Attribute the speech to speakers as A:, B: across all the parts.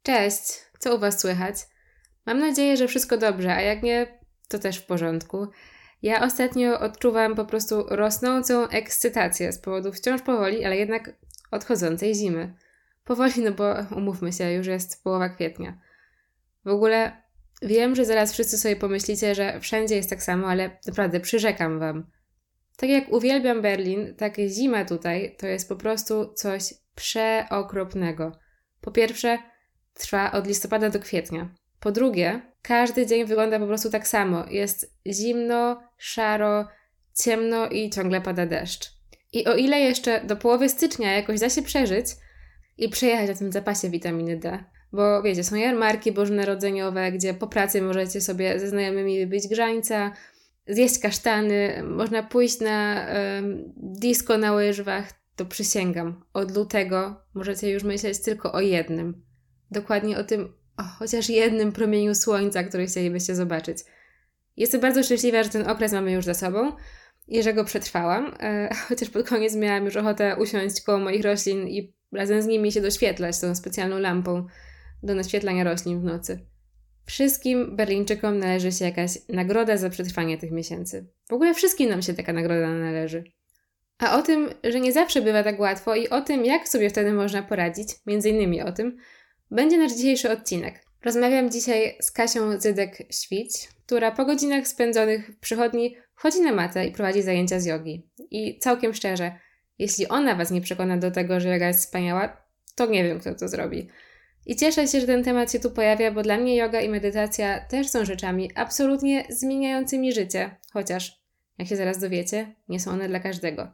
A: Cześć, co u Was słychać? Mam nadzieję, że wszystko dobrze, a jak nie, to też w porządku. Ja ostatnio odczuwam po prostu rosnącą ekscytację z powodu wciąż powoli, ale jednak odchodzącej zimy. Powoli, no bo umówmy się, już jest połowa kwietnia. W ogóle wiem, że zaraz wszyscy sobie pomyślicie, że wszędzie jest tak samo, ale naprawdę przyrzekam Wam. Tak jak uwielbiam Berlin, tak zima tutaj to jest po prostu coś przeokropnego. Po pierwsze, trwa od listopada do kwietnia. Po drugie, każdy dzień wygląda po prostu tak samo. Jest zimno, szaro, ciemno i ciągle pada deszcz. I o ile jeszcze do połowy stycznia jakoś da się przeżyć i przejechać na tym zapasie witaminy D, bo wiecie, są jarmarki bożonarodzeniowe, gdzie po pracy możecie sobie ze znajomymi wypić grzańca, zjeść kasztany, można pójść na disco na łyżwach, to przysięgam, od lutego możecie już myśleć tylko o jednym. Dokładnie o tym, chociaż jednym promieniu słońca, który chcielibyście zobaczyć. Jestem bardzo szczęśliwa, że ten okres mamy już za sobą i że go przetrwałam, chociaż pod koniec miałam już ochotę usiąść koło moich roślin i razem z nimi się doświetlać tą specjalną lampą do naświetlania roślin w nocy. Wszystkim Berlińczykom należy się jakaś nagroda za przetrwanie tych miesięcy. W ogóle wszystkim nam się taka nagroda należy. A o tym, że nie zawsze bywa tak łatwo i o tym, jak sobie wtedy można poradzić, między innymi o tym, będzie nasz dzisiejszy odcinek. Rozmawiam dzisiaj z Kasią Zydek-Świć, która po godzinach spędzonych w przychodni wchodzi na matę i prowadzi zajęcia z jogi. I całkiem szczerze, jeśli ona Was nie przekona do tego, że joga jest wspaniała, to nie wiem, kto to zrobi. I cieszę się, że ten temat się tu pojawia, bo dla mnie joga i medytacja też są rzeczami absolutnie zmieniającymi życie, chociaż, jak się zaraz dowiecie, nie są one dla każdego.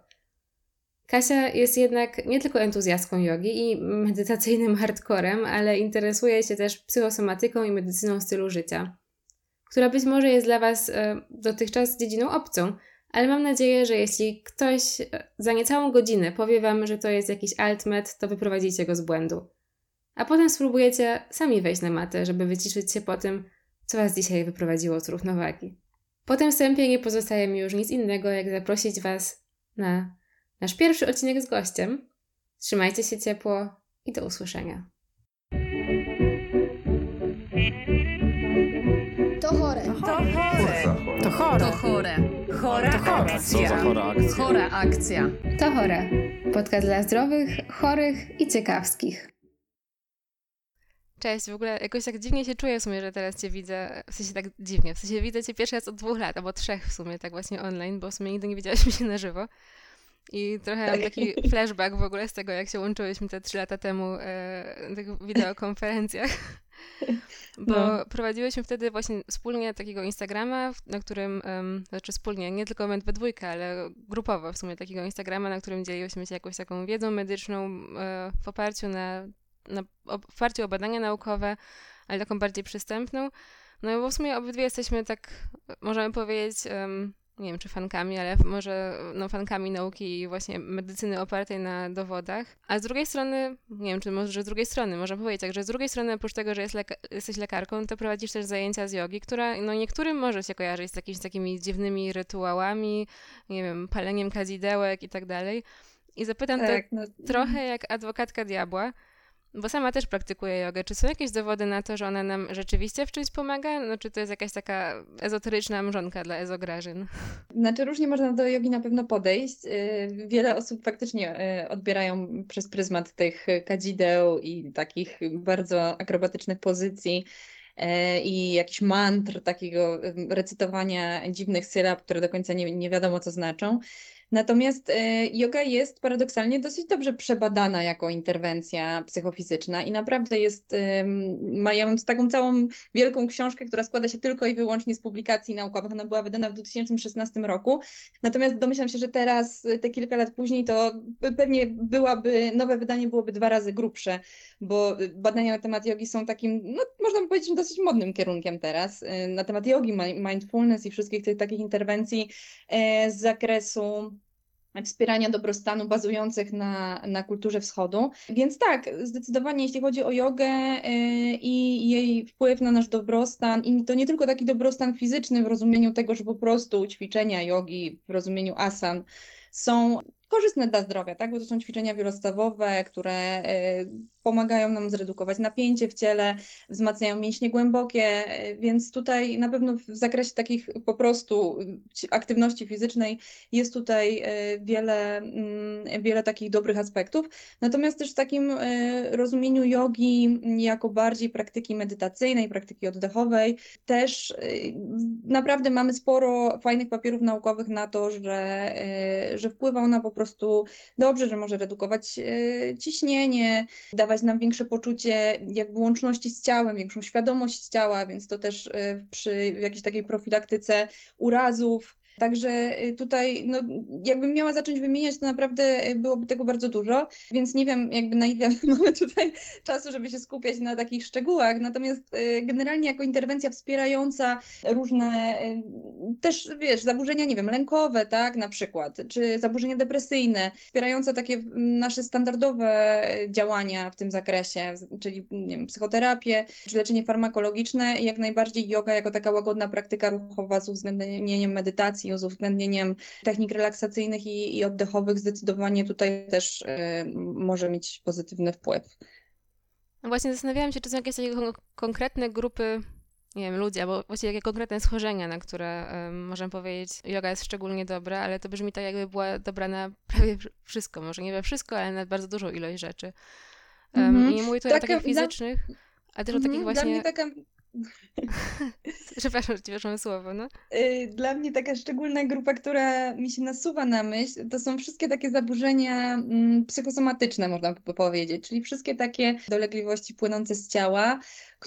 A: Kasia jest jednak nie tylko entuzjastką jogi i medytacyjnym hardcorem, ale interesuje się też psychosomatyką i medycyną stylu życia, która być może jest dla Was dotychczas dziedziną obcą, ale mam nadzieję, że jeśli ktoś za niecałą godzinę powie Wam, że to jest jakiś altmet, to wyprowadzicie go z błędu. A potem spróbujecie sami wejść na matę, żeby wyciszyć się po tym, co Was dzisiaj wyprowadziło z równowagi. Po tym wstępie nie pozostaje mi już nic innego, jak zaprosić Was na nasz pierwszy odcinek z gościem. Trzymajcie się ciepło i do usłyszenia.
B: To chore.
C: To chore. Chora akcja.
D: Co za chora akcja?
C: Chora akcja.
A: To chore. Podcast dla zdrowych, chorych i ciekawskich. Cześć, w ogóle jakoś tak dziwnie się czuję w sumie, że teraz Cię widzę, w sensie tak dziwnie, w sensie widzę Cię pierwszy raz od 2 lat, albo 3 w sumie, tak właśnie online, bo w sumie nigdy nie widziałyśmy się na żywo. I trochę mam taki flashback w ogóle z tego, jak się łączyłyśmy te 3 lata temu na tych wideokonferencjach. Bo prowadziłyśmy wtedy właśnie wspólnie takiego Instagrama, na którym, znaczy wspólnie, nie tylko we dwójkę, ale grupowo w sumie takiego Instagrama, na którym dzieliłyśmy się jakąś taką wiedzą medyczną w oparciu w oparciu o badania naukowe, ale taką bardziej przystępną. No bo w sumie obydwie jesteśmy tak, możemy powiedzieć, nie wiem czy fankami, ale może fankami nauki i właśnie medycyny opartej na dowodach. A z drugiej strony, nie wiem czy może z drugiej strony, można powiedzieć tak, że z drugiej strony oprócz tego, że jesteś lekarką, to prowadzisz też zajęcia z jogi, która niektórym może się kojarzyć z jakimiś takimi dziwnymi rytuałami, nie wiem, paleniem kadzidełek i tak dalej. I zapytam trochę jak adwokatka diabła, bo sama też praktykuję jogę. Czy są jakieś dowody na to, że ona nam rzeczywiście w czymś pomaga? No, czy to jest jakaś taka ezoteryczna mrzonka dla ezograżyn?
E: Znaczy różnie można do jogi na pewno podejść. Wiele osób faktycznie odbierają przez pryzmat tych kadzideł i takich bardzo akrobatycznych pozycji i jakichś mantr, takiego recytowania dziwnych sylab, które do końca nie wiadomo co znaczą. Natomiast joga jest paradoksalnie dosyć dobrze przebadana jako interwencja psychofizyczna i naprawdę jest, ja mam taką całą wielką książkę, która składa się tylko i wyłącznie z publikacji naukowych. Ona była wydana w 2016 roku, natomiast domyślam się, że teraz, te kilka lat później, to pewnie nowe wydanie byłoby 2 razy grubsze, bo badania na temat jogi są takim, można powiedzieć, że dosyć modnym kierunkiem teraz, na temat jogi, mindfulness i wszystkich tych takich interwencji z zakresu wspierania dobrostanu bazujących na kulturze wschodu. Więc tak, zdecydowanie jeśli chodzi o jogę i jej wpływ na nasz dobrostan, i to nie tylko taki dobrostan fizyczny w rozumieniu tego, że po prostu ćwiczenia jogi w rozumieniu asan są korzystne dla zdrowia, tak? Bo to są ćwiczenia wielostawowe, które pomagają nam zredukować napięcie w ciele, wzmacniają mięśnie głębokie, więc tutaj na pewno w zakresie takich po prostu aktywności fizycznej jest tutaj wiele takich dobrych aspektów. Natomiast też w takim rozumieniu jogi jako bardziej praktyki medytacyjnej, praktyki oddechowej, też naprawdę mamy sporo fajnych papierów naukowych na to, że wpływa ona po prostu dobrze, że może redukować ciśnienie, dawać nam większe poczucie jakby łączności z ciałem, większą świadomość ciała, więc to też przy jakiejś takiej profilaktyce urazów. Także tutaj, no, jakbym miała zacząć wymieniać, to naprawdę byłoby tego bardzo dużo, więc nie wiem jakby na ile mamy tutaj czasu, żeby się skupiać na takich szczegółach, natomiast generalnie jako interwencja wspierająca różne też, wiesz, zaburzenia, nie wiem, lękowe, tak, na przykład, czy zaburzenia depresyjne, wspierająca takie nasze standardowe działania w tym zakresie, czyli, nie wiem, psychoterapię, czy leczenie farmakologiczne, jak najbardziej yoga jako taka łagodna praktyka ruchowa z uwzględnieniem medytacji, z uwzględnieniem technik relaksacyjnych i oddechowych zdecydowanie tutaj też może mieć pozytywny wpływ.
A: No właśnie zastanawiałam się, czy są jakieś takie konkretne grupy, nie wiem, ludzi, albo właściwie jakie konkretne schorzenia, na które możemy powiedzieć, yoga jest szczególnie dobra, ale to brzmi tak, jakby była dobra na prawie wszystko, może nie we wszystko, ale na bardzo dużą ilość rzeczy. I nie mówię tutaj o takich fizycznych, ale też o takich właśnie...
E: Dla mnie taka...
A: Przepraszam, że ci weszłam słowo, no.
E: Dla mnie taka szczególna grupa, która mi się nasuwa na myśl, to są wszystkie takie zaburzenia psychosomatyczne, można by powiedzieć, czyli wszystkie takie dolegliwości płynące z ciała,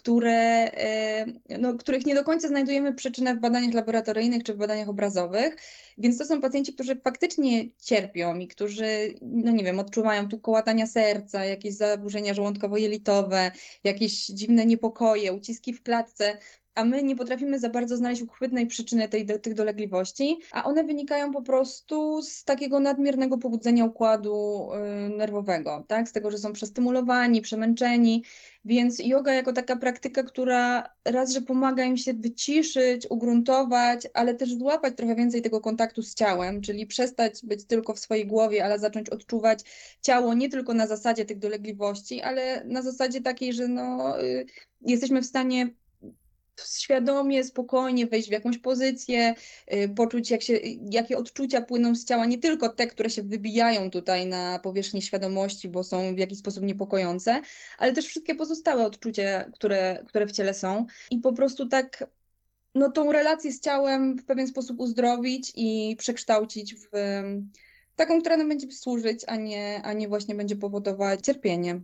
E: których nie do końca znajdujemy przyczynę w badaniach laboratoryjnych czy w badaniach obrazowych, więc to są pacjenci, którzy faktycznie cierpią i którzy, no nie wiem, odczuwają tu kołatania serca, jakieś zaburzenia żołądkowo-jelitowe, jakieś dziwne niepokoje, uciski w klatce, a my nie potrafimy za bardzo znaleźć uchwytnej przyczyny tych dolegliwości, a one wynikają po prostu z takiego nadmiernego pobudzenia układu nerwowego, tak? Z tego, że są przestymulowani, przemęczeni, więc yoga jako taka praktyka, która raz, że pomaga im się wyciszyć, ugruntować, ale też złapać trochę więcej tego kontaktu z ciałem, czyli przestać być tylko w swojej głowie, ale zacząć odczuwać ciało nie tylko na zasadzie tych dolegliwości, ale na zasadzie takiej, że jesteśmy w stanie świadomie, spokojnie wejść w jakąś pozycję, poczuć jakie odczucia płyną z ciała, nie tylko te, które się wybijają tutaj na powierzchni świadomości, bo są w jakiś sposób niepokojące, ale też wszystkie pozostałe odczucia, które w ciele są i po prostu tak tą relację z ciałem w pewien sposób uzdrowić i przekształcić w taką, która nam będzie służyć, a nie właśnie będzie powodować cierpienie.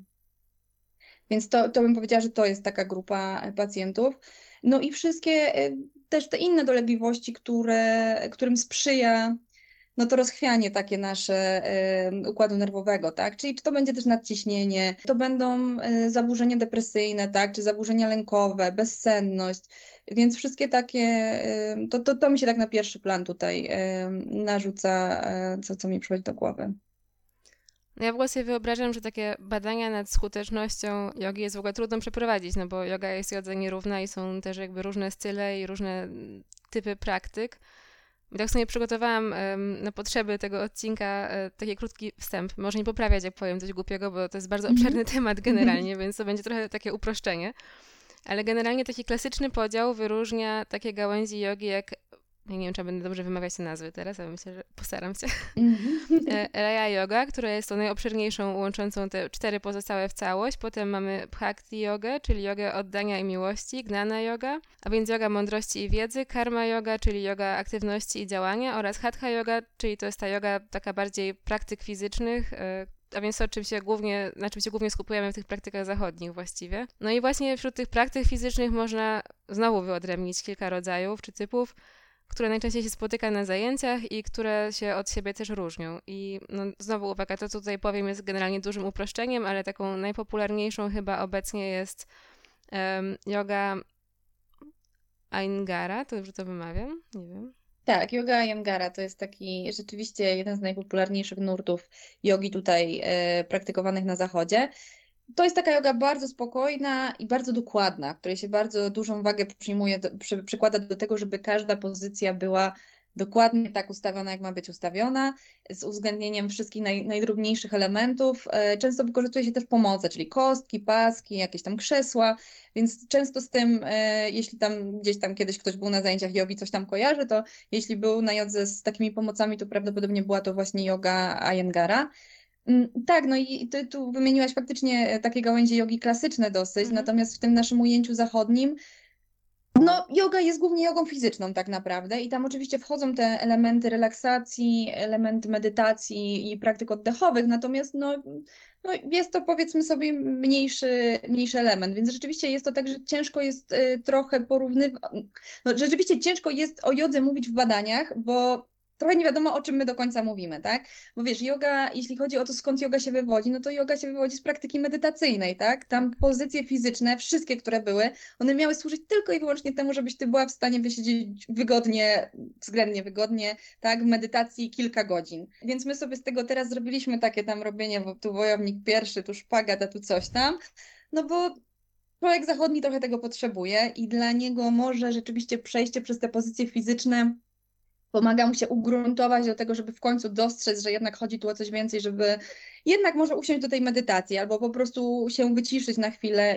E: Więc to bym powiedziała, że to jest taka grupa pacjentów. No i wszystkie też te inne dolegliwości, którym sprzyja to rozchwianie takie nasze układu nerwowego, tak? Czyli czy to będzie też nadciśnienie, to będą zaburzenia depresyjne, tak? Czy zaburzenia lękowe, bezsenność, więc wszystkie takie, to mi się tak na pierwszy plan tutaj narzuca, co mi przychodzi do głowy.
A: No ja w ogóle sobie wyobrażam, że takie badania nad skutecznością jogi jest w ogóle trudno przeprowadzić, no bo joga jest jodze nierówna i są też jakby różne style i różne typy praktyk. I tak sobie przygotowałam na potrzeby tego odcinka taki krótki wstęp. Może nie poprawiać, jak powiem coś głupiego, bo to jest bardzo obszerny temat generalnie, więc to będzie trochę takie uproszczenie. Ale generalnie taki klasyczny podział wyróżnia takie gałęzi jogi jak... Ja nie wiem, czy będę dobrze wymawiać te nazwy teraz, ale myślę, że postaram się. Raja Yoga, która jest tą najobszerniejszą, łączącą te 4 pozostałe w całość. Potem mamy Bhakti Yogę, czyli jogę oddania i miłości, Gnana Yoga, a więc yoga mądrości i wiedzy, Karma Yoga, czyli yoga aktywności i działania oraz Hatha Yoga, czyli to jest ta yoga taka bardziej praktyk fizycznych, a więc to, na czym się głównie skupujemy w tych praktykach zachodnich właściwie. No i właśnie wśród tych praktyk fizycznych można znowu wyodrębnić kilka rodzajów czy typów, które najczęściej się spotyka na zajęciach i które się od siebie też różnią. I znowu uwaga, to co tutaj powiem jest generalnie dużym uproszczeniem, ale taką najpopularniejszą chyba obecnie jest yoga Iyengar, to dobrze to wymawiam? Nie wiem.
E: Tak, yoga Iyengara to jest taki rzeczywiście jeden z najpopularniejszych nurtów jogi tutaj praktykowanych na zachodzie. To jest taka joga bardzo spokojna i bardzo dokładna, w której się bardzo dużą wagę przykłada do tego, żeby każda pozycja była dokładnie tak ustawiona, jak ma być ustawiona, z uwzględnieniem wszystkich najdrobniejszych elementów. Często wykorzystuje się też pomoce, czyli kostki, paski, jakieś tam krzesła, więc często z tym, jeśli tam gdzieś tam kiedyś ktoś był na zajęciach jogi, coś tam kojarzy, to jeśli był na jodze z takimi pomocami, to prawdopodobnie była to właśnie joga Iyengara. Tak, no i ty tu wymieniłaś faktycznie takie gałęzie jogi klasyczne dosyć, natomiast w tym naszym ujęciu zachodnim no, joga jest głównie jogą fizyczną tak naprawdę i tam oczywiście wchodzą te elementy relaksacji, elementy medytacji i praktyk oddechowych, natomiast no jest to powiedzmy sobie mniejszy element, więc rzeczywiście jest to tak, że ciężko jest trochę porównywać, no rzeczywiście ciężko jest o jodze mówić w badaniach, bo trochę nie wiadomo, o czym my do końca mówimy, tak? Bo wiesz, joga, jeśli chodzi o to, skąd joga się wywodzi, no to joga się wywodzi z praktyki medytacyjnej, tak? Tam pozycje fizyczne, wszystkie, które były, one miały służyć tylko i wyłącznie temu, żebyś ty była w stanie wysiedzieć wygodnie, względnie wygodnie, tak? W medytacji kilka godzin. Więc my sobie z tego teraz zrobiliśmy takie tam robienie, bo tu wojownik pierwszy, tu szpagat, a tu coś tam, no bo człowiek zachodni trochę tego potrzebuje i dla niego może rzeczywiście przejście przez te pozycje fizyczne pomaga mu się ugruntować do tego, żeby w końcu dostrzec, że jednak chodzi tu o coś więcej, żeby jednak może usiąść do tej medytacji albo po prostu się wyciszyć na chwilę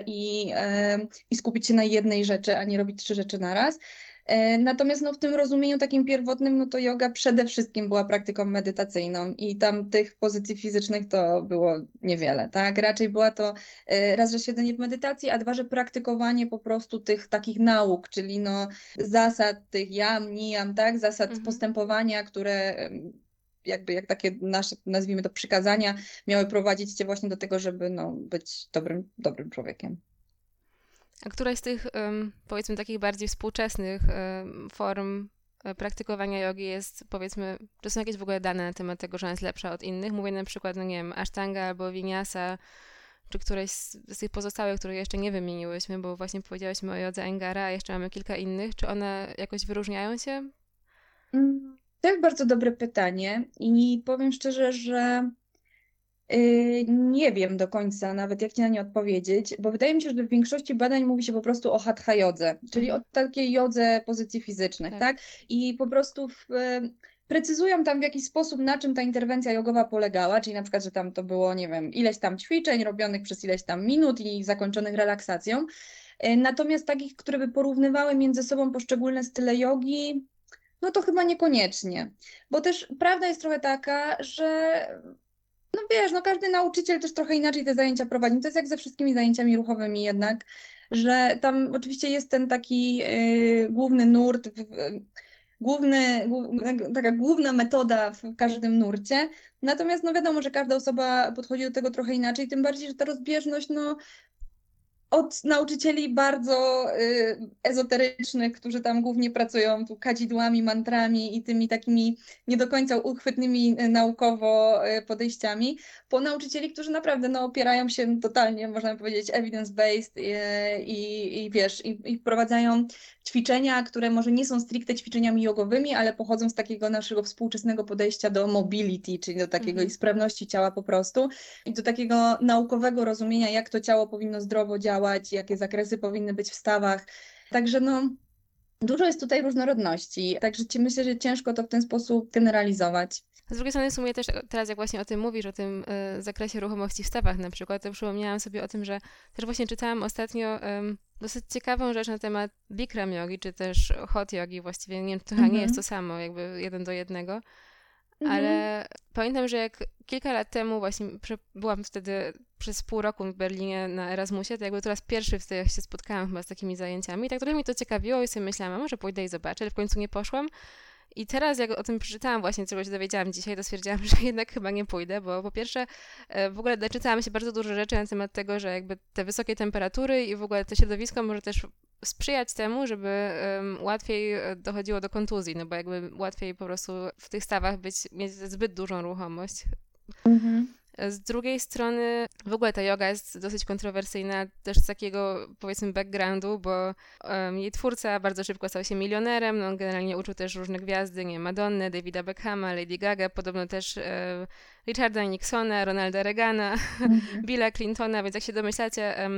E: i skupić się na jednej rzeczy, a nie robić 3 rzeczy naraz. Natomiast no, w tym rozumieniu takim pierwotnym, no to joga przede wszystkim była praktyką medytacyjną i tam tych pozycji fizycznych to było niewiele, tak? Raczej była to raz, że siedzenie w medytacji, a dwa, że praktykowanie po prostu tych takich nauk, czyli no zasad tych jam, niyam, tak? Zasad postępowania, które jakby jak takie nasze, nazwijmy to przykazania, miały prowadzić cię właśnie do tego, żeby no, być dobrym człowiekiem.
A: A któraś z tych, powiedzmy, takich bardziej współczesnych form praktykowania jogi jest, powiedzmy, czy są jakieś w ogóle dane na temat tego, że ona jest lepsza od innych? Mówię na przykład, no nie wiem, Ashtanga albo Vinyasa, czy któreś z tych pozostałych, które jeszcze nie wymieniłyśmy, bo właśnie powiedziałyśmy o jodze Iyengara, a jeszcze mamy kilka innych. Czy one jakoś wyróżniają się?
E: To jest bardzo dobre pytanie i powiem szczerze, że nie wiem do końca nawet, jak ci na nie odpowiedzieć, bo wydaje mi się, że w większości badań mówi się po prostu o hatha jodze, czyli o takiej jodze pozycji fizycznych, tak? I po prostu precyzują tam w jakiś sposób, na czym ta interwencja jogowa polegała, czyli na przykład, że tam to było, nie wiem, ileś tam ćwiczeń robionych przez ileś tam minut i zakończonych relaksacją. Natomiast takich, które by porównywały między sobą poszczególne style jogi, no to chyba niekoniecznie, bo też prawda jest trochę taka, że no wiesz, no każdy nauczyciel też trochę inaczej te zajęcia prowadzi. To jest jak ze wszystkimi zajęciami ruchowymi jednak, że tam oczywiście jest ten taki główny nurt, taka główna metoda w każdym nurcie. Natomiast no wiadomo, że każda osoba podchodzi do tego trochę inaczej, tym bardziej, że ta rozbieżność no od nauczycieli bardzo ezoterycznych, którzy tam głównie pracują tu kadzidłami, mantrami i tymi takimi nie do końca uchwytnymi naukowo podejściami, po nauczycieli, którzy naprawdę no, opierają się totalnie, można powiedzieć, evidence-based i wiesz, i wprowadzają ćwiczenia, które może nie są stricte ćwiczeniami jogowymi, ale pochodzą z takiego naszego współczesnego podejścia do mobility, czyli do takiej sprawności ciała po prostu i do takiego naukowego rozumienia, jak to ciało powinno zdrowo działać, jakie zakresy powinny być w stawach. Także no, dużo jest tutaj różnorodności, także myślę, że ciężko to w ten sposób generalizować.
A: Z drugiej strony w sumie też teraz jak właśnie o tym mówisz, o tym zakresie ruchomości w stawach na przykład, to przypomniałam sobie o tym, że też właśnie czytałam ostatnio dosyć ciekawą rzecz na temat Bikram jogi, czy też hot jogi, właściwie nie wiem, to chyba nie jest to samo, jakby 1 do 1, ale pamiętam, że jak kilka lat temu właśnie byłam wtedy przez pół roku w Berlinie na Erasmusie, to jakby to raz pierwszy wtedy jak się spotkałam chyba z takimi zajęciami i tak trochę mi to ciekawiło i sobie myślałam, a może pójdę i zobaczę, ale w końcu nie poszłam. I teraz jak o tym przeczytałam właśnie, czego się dowiedziałam dzisiaj, to stwierdziłam, że jednak chyba nie pójdę, bo po pierwsze w ogóle doczytałam się bardzo dużo rzeczy na temat tego, że jakby te wysokie temperatury i w ogóle to środowisko może też sprzyjać temu, żeby łatwiej dochodziło do kontuzji, no bo jakby łatwiej po prostu w tych stawach mieć zbyt dużą ruchomość. Z drugiej strony w ogóle ta joga jest dosyć kontrowersyjna też z takiego powiedzmy backgroundu, bo jej twórca bardzo szybko stał się milionerem, no, on generalnie uczył też różne gwiazdy, nie Madonny, Davida Beckhama, Lady Gaga, podobno też Richarda Nixona, Ronalda Reagana, Billa Clintona, więc jak się domyślacie,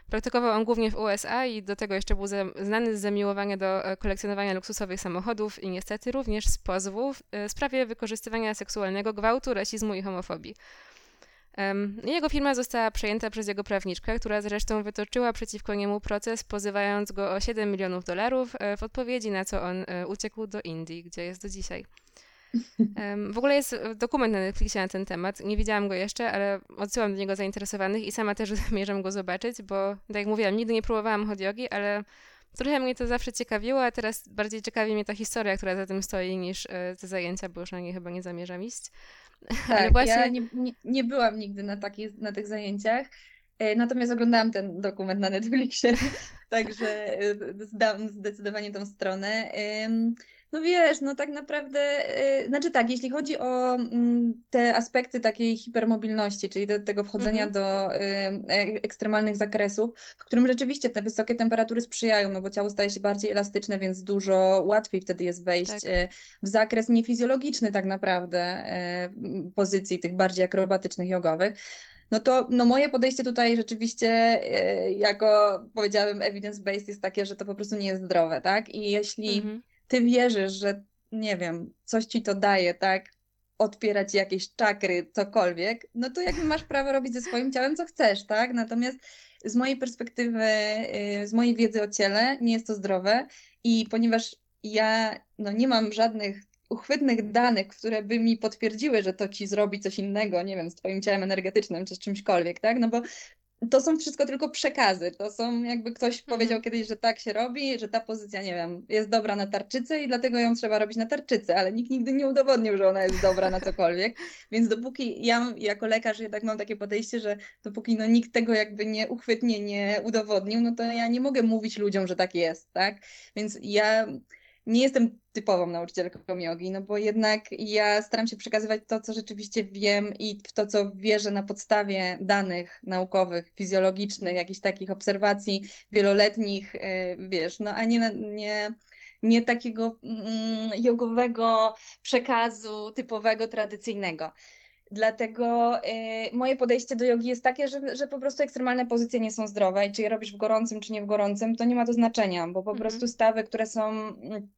A: Praktykował on głównie w USA i do tego jeszcze był znany z zamiłowania do kolekcjonowania luksusowych samochodów i niestety również z pozwów w sprawie wykorzystywania seksualnego, gwałtu, rasizmu i homofobii. Jego firma została przejęta przez jego prawniczkę, która zresztą wytoczyła przeciwko niemu proces, pozywając go o $7 milionów w odpowiedzi na co on uciekł do Indii, gdzie jest do dzisiaj. W ogóle jest dokument na Netflixie na ten temat. Nie widziałam go jeszcze, ale odsyłam do niego zainteresowanych i sama też zamierzam go zobaczyć, bo tak jak mówiłam, nigdy nie próbowałam hot jogi, ale trochę mnie to zawsze ciekawiło, a teraz bardziej ciekawi mnie ta historia, która za tym stoi, niż te zajęcia, bo już na nie chyba nie zamierzam iść.
E: Tak, właśnie... ja nie byłam nigdy na tych zajęciach, natomiast oglądałam ten dokument na Netflixie, także zdecydowanie tą stronę. No wiesz, no tak naprawdę, znaczy tak, jeśli chodzi o te aspekty takiej hipermobilności, czyli do tego wchodzenia do ekstremalnych zakresów, w którym rzeczywiście te wysokie temperatury sprzyjają, no bo ciało staje się bardziej elastyczne, więc dużo łatwiej wtedy jest wejść w zakres niefizjologiczny tak naprawdę pozycji tych bardziej akrobatycznych, jogowych. No to moje podejście tutaj rzeczywiście, jako powiedziałabym evidence-based, jest takie, że to po prostu nie jest zdrowe, tak? I jeśli ty wierzysz, że nie wiem, coś ci to daje, tak? Otwierać jakieś czakry, cokolwiek, no to jakby masz prawo robić ze swoim ciałem, co chcesz, tak? Natomiast z mojej perspektywy, z mojej wiedzy o ciele, nie jest to zdrowe i ponieważ ja nie mam żadnych uchwytnych danych, które by mi potwierdziły, że to ci zrobi coś innego, nie wiem, z twoim ciałem energetycznym czy z czymśkolwiek, tak? No bo to są wszystko tylko przekazy. To są jakby ktoś powiedział kiedyś, że tak się robi, że ta pozycja, nie wiem, jest dobra na tarczycy i dlatego ją trzeba robić na tarczycy, ale nikt nigdy nie udowodnił, że ona jest dobra na cokolwiek. Więc dopóki ja jako lekarz jednak mam takie podejście, że dopóki nikt tego jakby uchwytnie nie udowodnił, no to ja nie mogę mówić ludziom, że tak jest, tak? Więc ja nie jestem typową nauczycielką jogi, no bo jednak ja staram się przekazywać to, co rzeczywiście wiem i w to, co wierzę na podstawie danych naukowych, fizjologicznych, jakichś takich obserwacji wieloletnich, wiesz, no a nie takiego jogowego przekazu typowego, tradycyjnego. Dlatego moje podejście do jogi jest takie, że po prostu ekstremalne pozycje nie są zdrowe i czy je robisz w gorącym, czy nie w gorącym, to nie ma to znaczenia, bo po prostu stawy, które są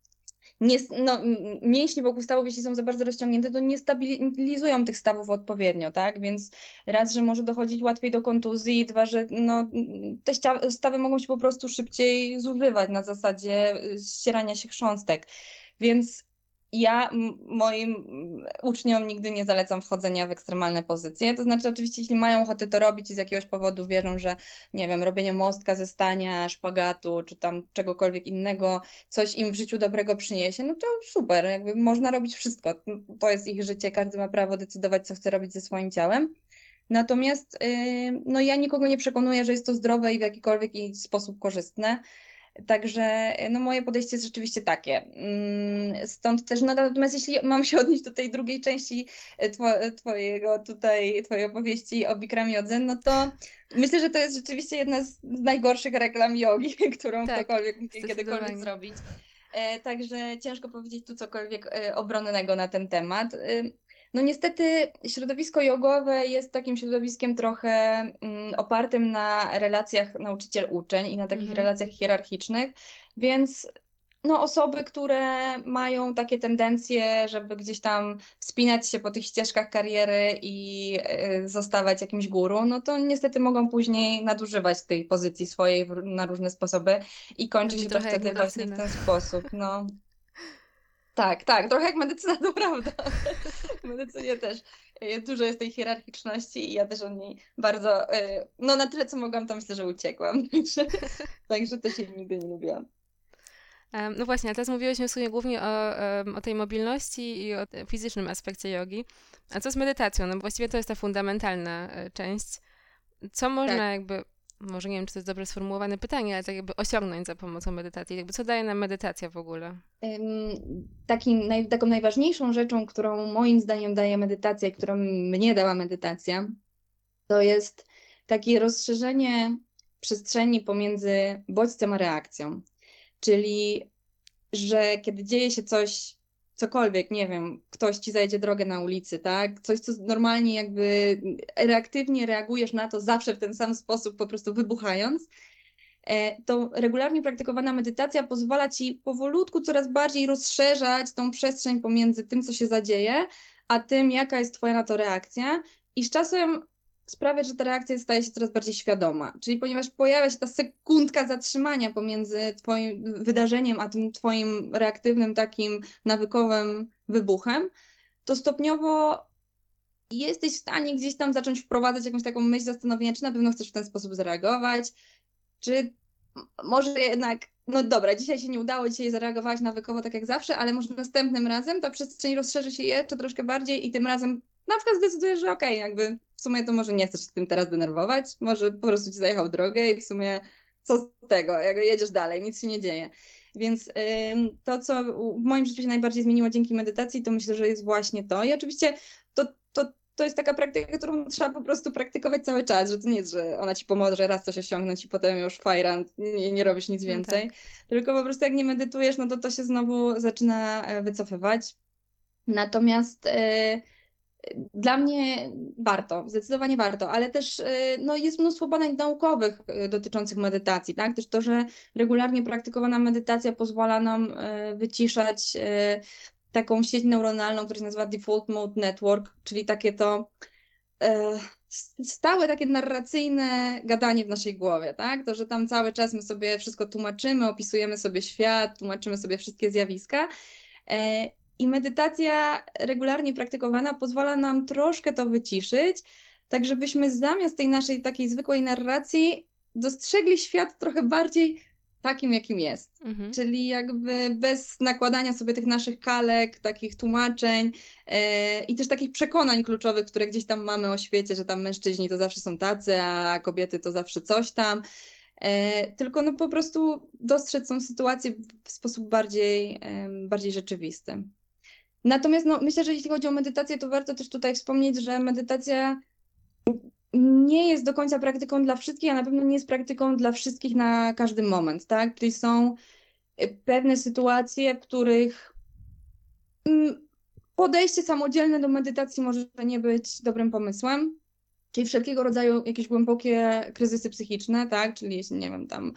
E: mięśnie wokół stawów, jeśli są za bardzo rozciągnięte, to nie stabilizują tych stawów odpowiednio, tak? Więc raz, że może dochodzić łatwiej do kontuzji, dwa, że te stawy mogą się po prostu szybciej zużywać na zasadzie ścierania się chrząstek. Więc ja moim uczniom nigdy nie zalecam wchodzenia w ekstremalne pozycje. To znaczy, oczywiście, jeśli mają ochotę to robić i z jakiegoś powodu wierzą, że nie wiem, robienie mostka ze stania, szpagatu, czy tam czegokolwiek innego, coś im w życiu dobrego przyniesie, no to super, jakby można robić wszystko. To jest ich życie, każdy ma prawo decydować, co chce robić ze swoim ciałem. Natomiast ja nikogo nie przekonuję, że jest to zdrowe i w jakikolwiek sposób korzystne. Także moje podejście jest rzeczywiście takie. Stąd też, natomiast jeśli mam się odnieść do tej drugiej części twojej opowieści o Bikram Jodze, no to myślę, że to jest rzeczywiście jedna z najgorszych reklam jogi, którą ktokolwiek mógł kiedykolwiek zrobić. Także ciężko powiedzieć tu cokolwiek obronnego na ten temat. No niestety środowisko jogowe jest takim środowiskiem trochę opartym na relacjach nauczyciel-uczeń i na takich relacjach hierarchicznych, więc osoby, które mają takie tendencje, żeby gdzieś tam wspinać się po tych ścieżkach kariery i zostawać jakimś guru, no to niestety mogą później nadużywać tej pozycji swojej na różne sposoby i kończy się to wtedy właśnie w ten sposób. Tak, trochę jak medycyna, to prawda. W medycynie też dużo jest tej hierarchiczności i ja też od niej bardzo, na tyle co mogłam, to myślę, że uciekłam. Także też jej nigdy nie lubiłam.
A: No właśnie, ale teraz mówiłyśmy w sumie głównie o tej mobilności i o fizycznym aspekcie jogi. A co z medytacją? No właściwie to jest ta fundamentalna część. Co można może nie wiem, czy to jest dobrze sformułowane pytanie, ale tak jakby osiągnąć za pomocą medytacji? Co daje nam medytacja w ogóle?
E: Taką najważniejszą rzeczą, którą moim zdaniem daje medytacja i którą mnie dała medytacja, to jest takie rozszerzenie przestrzeni pomiędzy bodźcem a reakcją. Czyli, że kiedy dzieje się coś cokolwiek, nie wiem, ktoś ci zajdzie drogę na ulicy, tak? Coś, co normalnie jakby reaktywnie reagujesz na to zawsze w ten sam sposób, po prostu wybuchając, to regularnie praktykowana medytacja pozwala ci powolutku coraz bardziej rozszerzać tą przestrzeń pomiędzy tym, co się zadzieje, a tym, jaka jest twoja na to reakcja i z czasem sprawia, że ta reakcja staje się coraz bardziej świadoma. Czyli ponieważ pojawia się ta sekundka zatrzymania pomiędzy twoim wydarzeniem, a tym twoim reaktywnym, takim nawykowym wybuchem, to stopniowo jesteś w stanie gdzieś tam zacząć wprowadzać jakąś taką myśl zastanowienia, czy na pewno chcesz w ten sposób zareagować, czy może jednak, no dobra, dzisiaj się nie udało, dzisiaj zareagowałaś nawykowo tak jak zawsze, ale może następnym razem ta przestrzeń rozszerzy się jeszcze troszkę bardziej i tym razem na przykład zdecydujesz, że okej, jakby w sumie to może nie chcesz się tym teraz denerwować, może po prostu ci zajechał drogę i w sumie co z tego, jak jedziesz dalej, nic się nie dzieje. Więc to, co w moim życiu się najbardziej zmieniło dzięki medytacji, to myślę, że jest właśnie to. I oczywiście to jest taka praktyka, którą trzeba po prostu praktykować cały czas, że to nie jest, że ona ci pomoże raz coś osiągnąć i potem już fajrant, nie robisz nic więcej. No tak. Tylko po prostu jak nie medytujesz, no to się znowu zaczyna wycofywać. Natomiast dla mnie warto, zdecydowanie warto, ale też no, jest mnóstwo badań naukowych dotyczących medytacji, tak? Też to, że regularnie praktykowana medytacja pozwala nam wyciszać taką sieć neuronalną, która się nazywa Default Mode Network, czyli takie to stałe takie narracyjne gadanie w naszej głowie, tak? To, że tam cały czas my sobie wszystko tłumaczymy, opisujemy sobie świat, tłumaczymy sobie wszystkie zjawiska. I medytacja regularnie praktykowana pozwala nam troszkę to wyciszyć, tak żebyśmy zamiast tej naszej takiej zwykłej narracji dostrzegli świat trochę bardziej takim, jakim jest. Czyli jakby bez nakładania sobie tych naszych kalek, takich tłumaczeń i też takich przekonań kluczowych, które gdzieś tam mamy o świecie, że tam mężczyźni to zawsze są tacy, a kobiety to zawsze coś tam. Tylko no po prostu dostrzec tą sytuację w sposób bardziej rzeczywisty. Natomiast no, myślę, że jeśli chodzi o medytację, to warto też tutaj wspomnieć, że medytacja nie jest do końca praktyką dla wszystkich, a na pewno nie jest praktyką dla wszystkich na każdy moment, tak? Czyli są pewne sytuacje, w których podejście samodzielne do medytacji może nie być dobrym pomysłem. Czyli wszelkiego rodzaju jakieś głębokie kryzysy psychiczne, tak? Czyli nie wiem, tam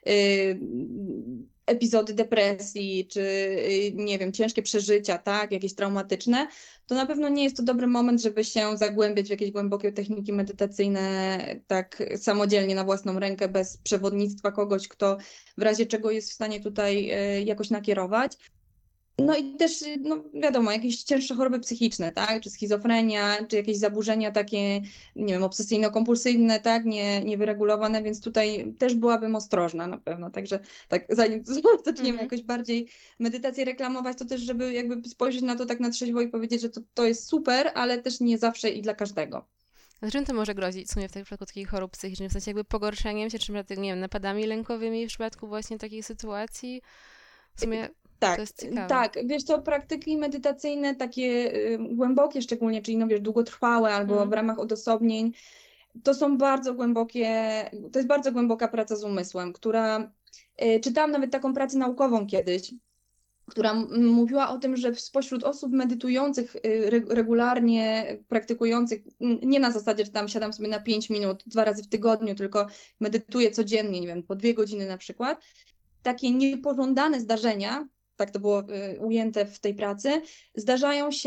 E: epizody depresji, czy nie wiem, ciężkie przeżycia, tak? Jakieś traumatyczne, to na pewno nie jest to dobry moment, żeby się zagłębiać w jakieś głębokie techniki medytacyjne tak samodzielnie na własną rękę, bez przewodnictwa kogoś, kto w razie czego jest w stanie tutaj jakoś nakierować. No i też, no wiadomo, jakieś cięższe choroby psychiczne, tak, czy schizofrenia, czy jakieś zaburzenia takie, nie wiem, obsesyjno-kompulsywne, tak, niewyregulowane, więc tutaj też byłabym ostrożna na pewno, także tak, zanim zaczniemy jakoś bardziej medytację reklamować, to też, żeby jakby spojrzeć na to tak na trzeźwo i powiedzieć, że to jest super, ale też nie zawsze i dla każdego.
A: A czym to może grozić w sumie w przypadku takich chorób psychicznych, w sensie jakby pogorszeniem się, czy nie wiem, napadami lękowymi w przypadku właśnie takiej sytuacji? W sumie...
E: Tak, wiesz co, praktyki medytacyjne takie głębokie szczególnie, czyli no wiesz, długotrwałe albo w ramach odosobnień, to są bardzo głębokie, to jest bardzo głęboka praca z umysłem, która, czytałam nawet taką pracę naukową kiedyś, która mówiła o tym, że spośród osób medytujących, regularnie praktykujących, nie na zasadzie, że tam siadam sobie na 5 minut 2 razy w tygodniu, tylko medytuję codziennie, nie wiem, po 2 godziny na przykład, takie niepożądane zdarzenia, tak to było ujęte w tej pracy, zdarzają się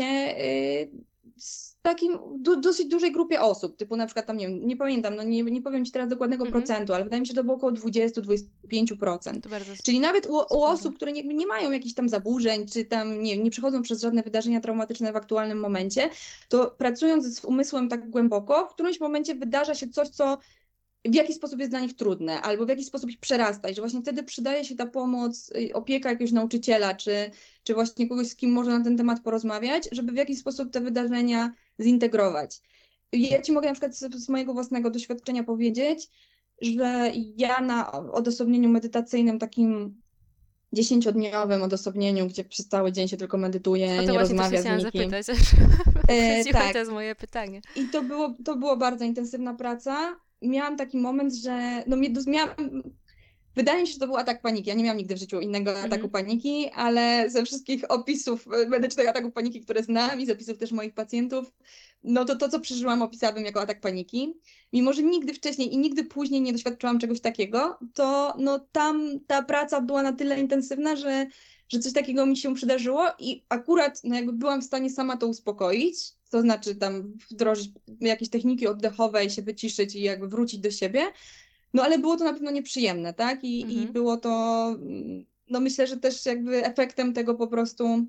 E: z takim dosyć dużej grupie osób, typu na przykład tam, nie wiem, nie pamiętam, no nie powiem ci teraz dokładnego procentu, ale wydaje mi się, że to było około 20-25%. Czyli nawet u osób, które nie mają jakichś tam zaburzeń, czy tam nie przechodzą przez żadne wydarzenia traumatyczne w aktualnym momencie, to pracując z umysłem tak głęboko, w którymś momencie wydarza się coś, co w jaki sposób jest dla nich trudne, albo w jaki sposób ich przerasta i że właśnie wtedy przydaje się ta pomoc, opieka jakiegoś nauczyciela, czy właśnie kogoś, z kim można na ten temat porozmawiać, żeby w jakiś sposób te wydarzenia zintegrować. Ja ci mogę na przykład z mojego własnego doświadczenia powiedzieć, że ja na odosobnieniu medytacyjnym takim 10-dniowym odosobnieniu, gdzie przez cały dzień się tylko medytuje, nie rozmawia z nikim.
A: Zapytać, tak. To jest moje pytanie.
E: I to było bardzo intensywna praca. Miałam taki moment, że wydaje mi się, że to był atak paniki. Ja nie miałam nigdy w życiu innego ataku paniki, ale ze wszystkich opisów medycznych ataków paniki, które znam i zapisów też moich pacjentów, no to co przeżyłam, opisałabym jako atak paniki. Mimo że nigdy wcześniej i nigdy później nie doświadczyłam czegoś takiego, to no tam ta praca była na tyle intensywna, że coś takiego mi się przydarzyło i akurat no jakby byłam w stanie sama to uspokoić, to znaczy tam wdrożyć jakieś techniki oddechowe i się wyciszyć i jakby wrócić do siebie, no ale było to na pewno nieprzyjemne, tak? I było to, no myślę, że też jakby efektem tego po prostu,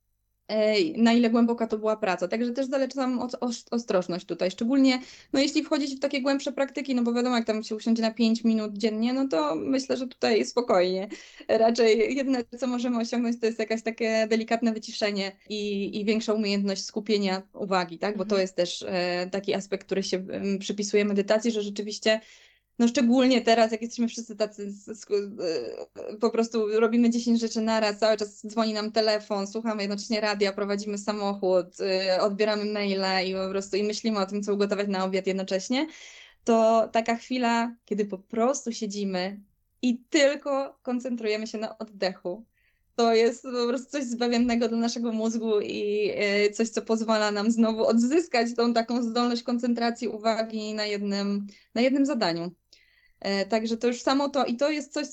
E: na ile głęboka to była praca. Także też zalecam ostrożność tutaj, szczególnie no jeśli wchodzić w takie głębsze praktyki, no bo wiadomo, jak tam się usiądzie na 5 minut dziennie, no to myślę, że tutaj spokojnie. Raczej jedyne, co możemy osiągnąć, to jest jakieś takie delikatne wyciszenie i większa umiejętność skupienia uwagi, tak? Bo to jest też taki aspekt, który się przypisuje medytacji, że rzeczywiście no szczególnie teraz, jak jesteśmy wszyscy tacy, po prostu robimy 10 rzeczy naraz, cały czas dzwoni nam telefon, słuchamy jednocześnie radia, prowadzimy samochód, odbieramy maile i po prostu i myślimy o tym, co ugotować na obiad jednocześnie, to taka chwila, kiedy po prostu siedzimy i tylko koncentrujemy się na oddechu. To jest po prostu coś zbawiennego dla naszego mózgu i coś, co pozwala nam znowu odzyskać tą taką zdolność koncentracji uwagi na jednym zadaniu. Także to już samo to i to jest coś,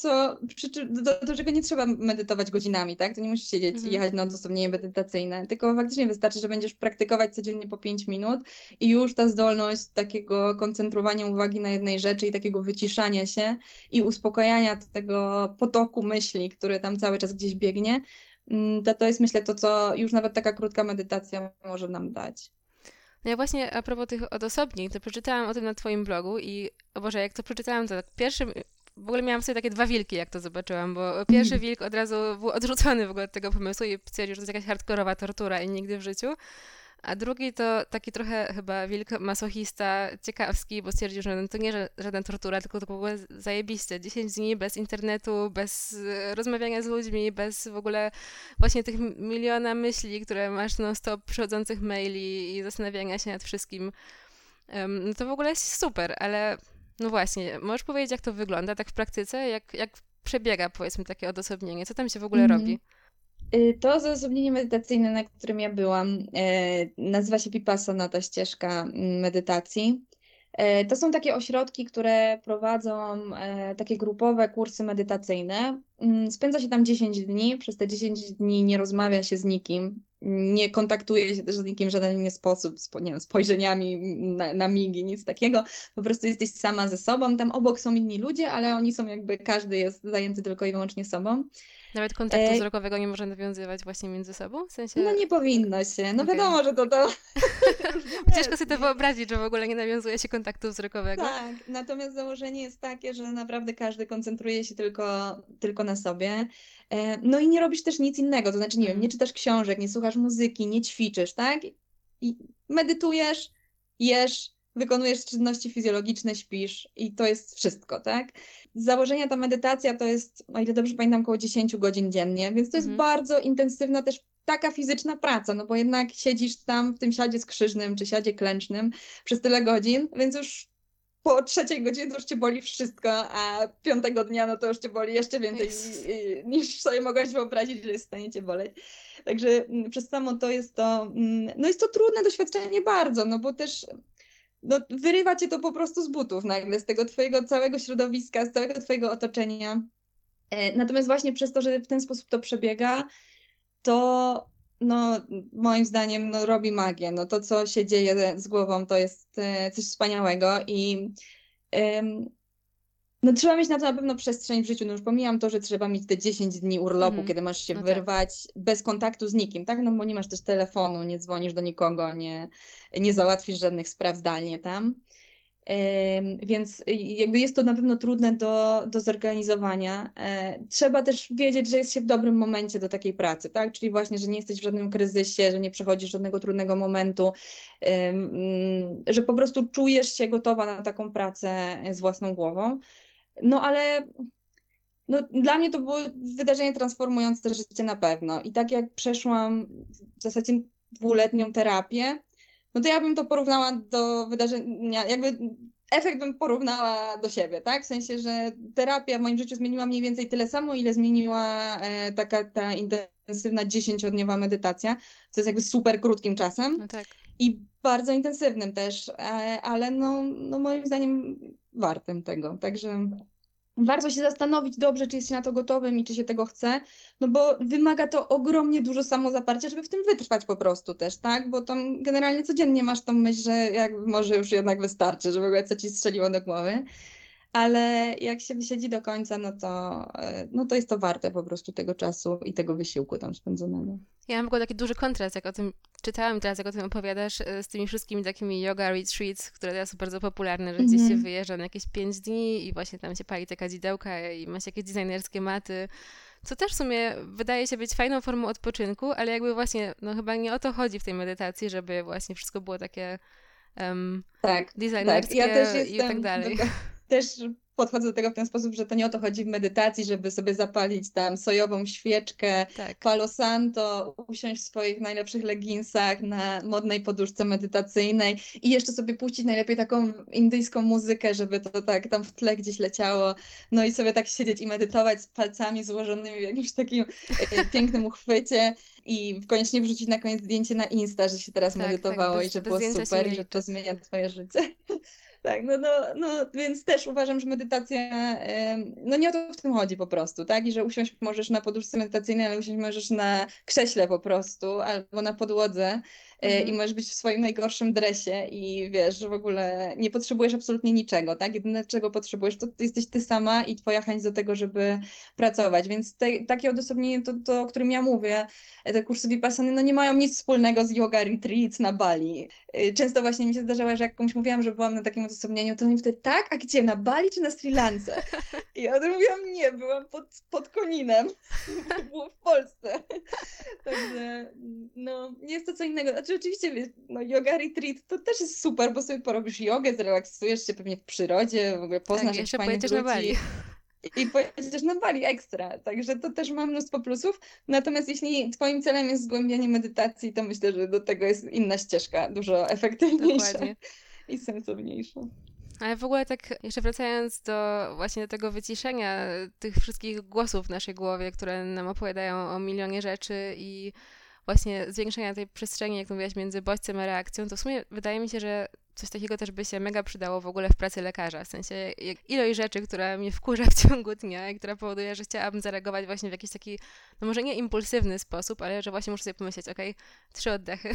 E: do czego nie trzeba medytować godzinami, tak? To nie musisz siedzieć i jechać na odosobnienie medytacyjne, tylko faktycznie wystarczy, że będziesz praktykować codziennie po 5 minut i już ta zdolność takiego koncentrowania uwagi na jednej rzeczy i takiego wyciszania się i uspokajania tego potoku myśli, który tam cały czas gdzieś biegnie, to jest myślę to, co już nawet taka krótka medytacja może nam dać.
A: No ja właśnie a propos tych odosobnień, to przeczytałam o tym na twoim blogu i, o Boże, jak to przeczytałam, to tak w ogóle miałam sobie takie 2 wilki, jak to zobaczyłam, bo pierwszy wilk od razu był odrzucony w ogóle od tego pomysłu i stwierdził, że to jest jakaś hardkorowa tortura i nigdy w życiu. A drugi to taki trochę chyba wilk masochista ciekawski, bo stwierdził, że to nie żadna tortura, tylko to było zajebiste. 10 dni bez internetu, bez rozmawiania z ludźmi, bez w ogóle właśnie tych miliona myśli, które masz non-stop, przychodzących maili i zastanawiania się nad wszystkim. No to w ogóle jest super, ale no właśnie, możesz powiedzieć, jak to wygląda tak w praktyce? Jak przebiega, powiedzmy, takie odosobnienie? Co tam się w ogóle robi?
E: To odosobnienie medytacyjne, na którym ja byłam, nazywa się Vipassana, ta ścieżka medytacji. To są takie ośrodki, które prowadzą takie grupowe kursy medytacyjne. Spędza się tam 10 dni, przez te 10 dni nie rozmawia się z nikim, nie kontaktuje się też z nikim w żaden inny sposób, nie wiem, spojrzeniami na migi, nic takiego. Po prostu jesteś sama ze sobą, tam obok są inni ludzie, ale oni są jakby, każdy jest zajęty tylko i wyłącznie sobą.
A: Nawet kontaktu wzrokowego nie można nawiązywać właśnie między sobą? W sensie...
E: No nie powinno się. No wiadomo, że to...
A: Ciężko sobie to wyobrazić, że w ogóle nie nawiązuje się kontaktu wzrokowego.
E: Tak, natomiast założenie jest takie, że naprawdę każdy koncentruje się tylko na sobie. No i nie robisz też nic innego, to znaczy, nie wiem, nie czytasz książek, nie słuchasz muzyki, nie ćwiczysz, tak? I medytujesz, jesz, wykonujesz czynności fizjologiczne, śpisz i to jest wszystko, tak? Z założenia ta medytacja to jest, o ile dobrze pamiętam, około 10 godzin dziennie, więc to jest bardzo intensywna też taka fizyczna praca, no bo jednak siedzisz tam w tym siadzie skrzyżnym czy siadzie klęcznym przez tyle godzin, więc już po 3 godzinie to już cię boli wszystko, a 5 dnia no to już cię boli jeszcze więcej niż sobie mogłaś wyobrazić, że jest w stanie cię boleć. Także przez samo to jest to, no jest to trudne doświadczenie bardzo, no bo też no, wyrywa cię to po prostu z butów nagle, z tego twojego całego środowiska, z całego twojego otoczenia. Natomiast właśnie przez to, że w ten sposób to przebiega, to no, moim zdaniem no, robi magię. No, to, co się dzieje z głową, to jest coś wspaniałego i no, trzeba mieć na to na pewno przestrzeń w życiu. No już pomijam to, że trzeba mieć te 10 dni urlopu, kiedy możesz się wyrwać bez kontaktu z nikim, tak? No bo nie masz też telefonu, nie dzwonisz do nikogo, nie załatwisz żadnych spraw zdalnie tam. Więc jakby jest to na pewno trudne do zorganizowania. Trzeba też wiedzieć, że jest się w dobrym momencie do takiej pracy, tak? Czyli właśnie, że nie jesteś w żadnym kryzysie, że nie przechodzisz żadnego trudnego momentu, że po prostu czujesz się gotowa na taką pracę z własną głową. No ale no, dla mnie to było wydarzenie transformujące życie na pewno. I tak jak przeszłam w zasadzie 2-letnią terapię, no to ja bym to porównała do wydarzenia, jakby efekt bym porównała do siebie, tak? W sensie, że terapia w moim życiu zmieniła mniej więcej tyle samo, ile zmieniła ta intensywna 10-dniowa medytacja, co jest jakby super krótkim czasem.
A: No tak.
E: I bardzo intensywnym też, ale no moim zdaniem wartym tego. Także warto się zastanowić dobrze, czy jest się na to gotowym i czy się tego chce, no bo wymaga to ogromnie dużo samozaparcia, żeby w tym wytrwać po prostu też, tak? Bo tam generalnie codziennie masz tą myśl, że jakby może już jednak wystarczy, że w ogóle co ci strzeliło do głowy. Ale jak się wysiedzi do końca, no to jest to warte po prostu tego czasu i tego wysiłku tam spędzonego.
A: Ja mam w ogóle taki duży kontrast, jak o tym czytałam teraz, jak o tym opowiadasz, z tymi wszystkimi takimi yoga retreats, które teraz są bardzo popularne, że gdzieś się wyjeżdża na jakieś 5 dni i właśnie tam się pali te kadzidełka i ma się jakieś designerskie maty, co też w sumie wydaje się być fajną formą odpoczynku, ale jakby właśnie, no chyba nie o to chodzi w tej medytacji, żeby właśnie wszystko było takie designerskie
E: Ja też
A: i tak dalej.
E: Też podchodzę do tego w ten sposób, że to nie o to chodzi w medytacji, żeby sobie zapalić tam sojową świeczkę, Palo Santo, usiąść w swoich najlepszych leginsach na modnej poduszce medytacyjnej i jeszcze sobie puścić najlepiej taką indyjską muzykę, żeby to tak tam w tle gdzieś leciało, no i sobie tak siedzieć i medytować z palcami złożonymi w jakimś takim pięknym uchwycie i koniecznie wrzucić na koniec zdjęcie na Insta, że się teraz medytowało i że było super i że to zmienia twoje życie. Tak, no, więc też uważam, że medytacja, no nie o to w tym chodzi po prostu, tak? I że usiąść możesz na poduszce medytacyjnej, ale usiąść możesz na krześle po prostu, albo na podłodze i możesz być w swoim najgorszym dresie i wiesz, że w ogóle nie potrzebujesz absolutnie niczego, tak? Jedyne, czego potrzebujesz, to jesteś ty sama i twoja chęć do tego, żeby pracować, więc takie odosobnienie, to o którym ja mówię, te kursy Vipassany, no nie mają nic wspólnego z yoga retreats na Bali. Często właśnie mi się zdarzało, że jak komuś mówiłam, że byłam na takim odosobnieniu, to oni wtedy, tak? A gdzie? Na Bali czy na Sri Lance? I ja mówiłam, nie, byłam pod Koninem. Było w Polsce. Także, no, jest to co innego. Znaczy oczywiście, wiesz, no, yoga retreat to też jest super, bo sobie porobisz jogę, zrelaksujesz się pewnie w przyrodzie, w ogóle poznasz jakichś fajnych ludzi.
A: Na Bali.
E: I pojedziesz na Bali ekstra, także to też ma mnóstwo plusów. Natomiast jeśli twoim celem jest zgłębianie medytacji, to myślę, że do tego jest inna ścieżka, dużo efektywniejsza. Dokładnie. I sensowniejsza.
A: Ale w ogóle tak jeszcze wracając właśnie do tego wyciszenia tych wszystkich głosów w naszej głowie, które nam opowiadają o milionie rzeczy i właśnie zwiększenia tej przestrzeni, jak mówiłaś, między bodźcem a reakcją, to w sumie wydaje mi się, że coś takiego też by się mega przydało w ogóle w pracy lekarza. W sensie ilość rzeczy, która mnie wkurza w ciągu dnia i która powoduje, że chciałabym zareagować właśnie w jakiś taki, no może nie impulsywny sposób, ale że właśnie muszę sobie pomyśleć, okej, 3 oddechy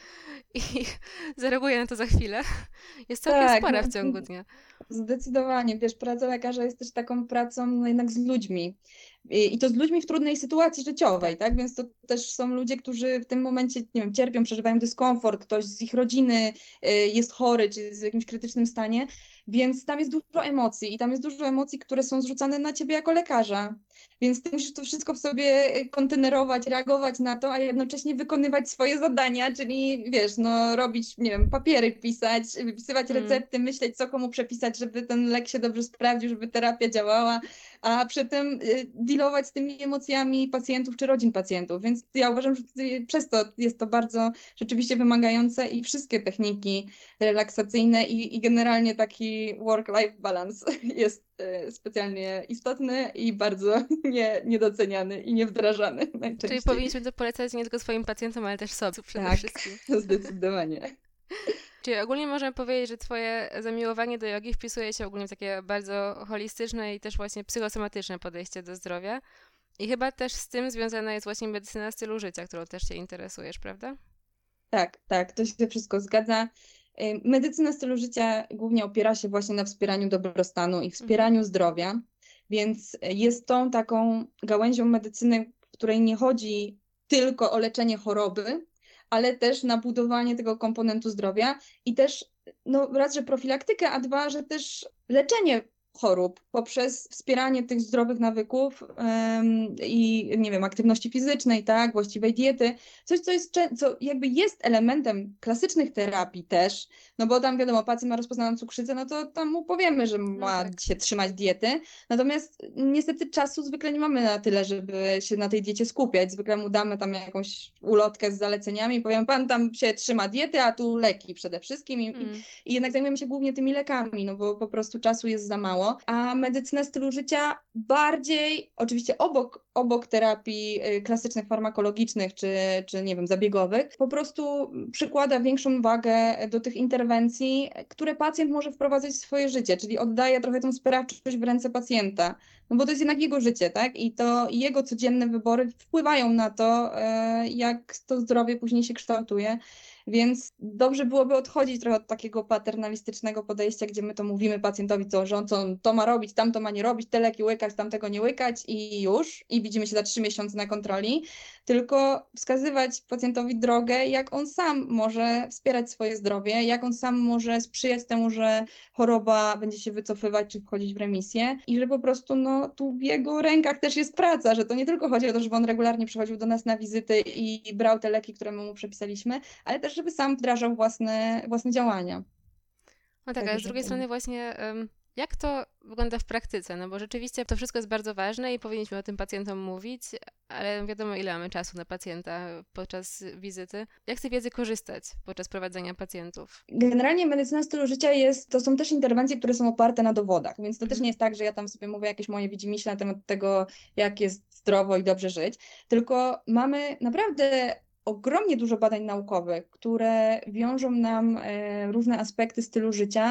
A: i zareaguję na to za chwilę. Jest całkiem spora w ciągu dnia.
E: Zdecydowanie. Wiesz, praca lekarza jest też taką pracą no jednak z ludźmi. I to z ludźmi w trudnej sytuacji życiowej, tak? Więc to też są ludzie, którzy w tym momencie, nie wiem, cierpią, przeżywają dyskomfort, ktoś z ich rodziny jest chory, czy jest w jakimś krytycznym stanie, więc tam jest dużo emocji i tam jest dużo emocji, które są zrzucane na ciebie jako lekarza. Więc ty musisz to wszystko w sobie kontenerować, reagować na to, a jednocześnie wykonywać swoje zadania, czyli wiesz, no robić, nie wiem, papiery pisać, wypisywać recepty, myśleć, co komu przepisać, żeby ten lek się dobrze sprawdził, żeby terapia działała, a przy tym dealować z tymi emocjami pacjentów czy rodzin pacjentów. Więc ja uważam, że przez to jest to bardzo rzeczywiście wymagające i wszystkie techniki relaksacyjne i generalnie taki work-life balance jest specjalnie istotny i bardzo niedoceniany i niewdrażany najczęściej.
A: Czyli powinniśmy to polecać nie tylko swoim pacjentom, ale też sobie przede wszystkim.
E: Tak, zdecydowanie.
A: Czyli ogólnie możemy powiedzieć, że twoje zamiłowanie do jogi wpisuje się ogólnie w takie bardzo holistyczne i też właśnie psychosomatyczne podejście do zdrowia. I chyba też z tym związana jest właśnie medycyna stylu życia, którą też cię interesujesz, prawda?
E: Tak, to się wszystko zgadza. Medycyna stylu życia głównie opiera się właśnie na wspieraniu dobrostanu i wspieraniu zdrowia, więc jest tą taką gałęzią medycyny, w której nie chodzi tylko o leczenie choroby, ale też na budowanie tego komponentu zdrowia i też, no raz, że profilaktykę, a dwa, że też leczenie chorób, poprzez wspieranie tych zdrowych nawyków i nie wiem, aktywności fizycznej, tak, właściwej diety, coś, co jakby jest elementem klasycznych terapii też, no bo tam wiadomo, pacjent ma rozpoznaną cukrzycę, no to tam mu powiemy, że ma się trzymać diety, natomiast niestety czasu zwykle nie mamy na tyle, żeby się na tej diecie skupiać, zwykle mu damy tam jakąś ulotkę z zaleceniami i powiemy, pan tam się trzyma diety, a tu leki przede wszystkim i jednak zajmujemy się głównie tymi lekami, no bo po prostu czasu jest za mało, a medycyna stylu życia bardziej, oczywiście obok terapii klasycznych, farmakologicznych czy nie wiem, zabiegowych, po prostu przykłada większą wagę do tych interwencji, które pacjent może wprowadzać w swoje życie, czyli oddaje trochę tą sprawczość w ręce pacjenta, no bo to jest jednak jego życie, tak? I to jego codzienne wybory wpływają na to, jak to zdrowie później się kształtuje. Więc dobrze byłoby odchodzić trochę od takiego paternalistycznego podejścia, gdzie my to mówimy pacjentowi, że on to ma robić, tamto ma nie robić, te leki łykać, tamtego nie łykać i już. I widzimy się za 3 miesiące na kontroli. Tylko wskazywać pacjentowi drogę, jak on sam może wspierać swoje zdrowie, jak on sam może sprzyjać temu, że choroba będzie się wycofywać czy wchodzić w remisję i że po prostu no, tu w jego rękach też jest praca, że to nie tylko chodzi o to, żeby on regularnie przychodził do nas na wizyty i brał te leki, które my mu przepisaliśmy, ale też żeby sam wdrażał własne działania.
A: No tak, ale z drugiej strony właśnie jak to wygląda w praktyce? No bo rzeczywiście to wszystko jest bardzo ważne i powinniśmy o tym pacjentom mówić, ale wiadomo, ile mamy czasu na pacjenta podczas wizyty. Jak z tej wiedzy korzystać podczas prowadzenia pacjentów?
E: Generalnie medycyna stylu życia to są też interwencje, które są oparte na dowodach, więc to też nie jest tak, że ja tam sobie mówię jakieś moje widzimisię na temat tego, jak jest zdrowo i dobrze żyć, tylko mamy naprawdę ogromnie dużo badań naukowych, które wiążą nam różne aspekty stylu życia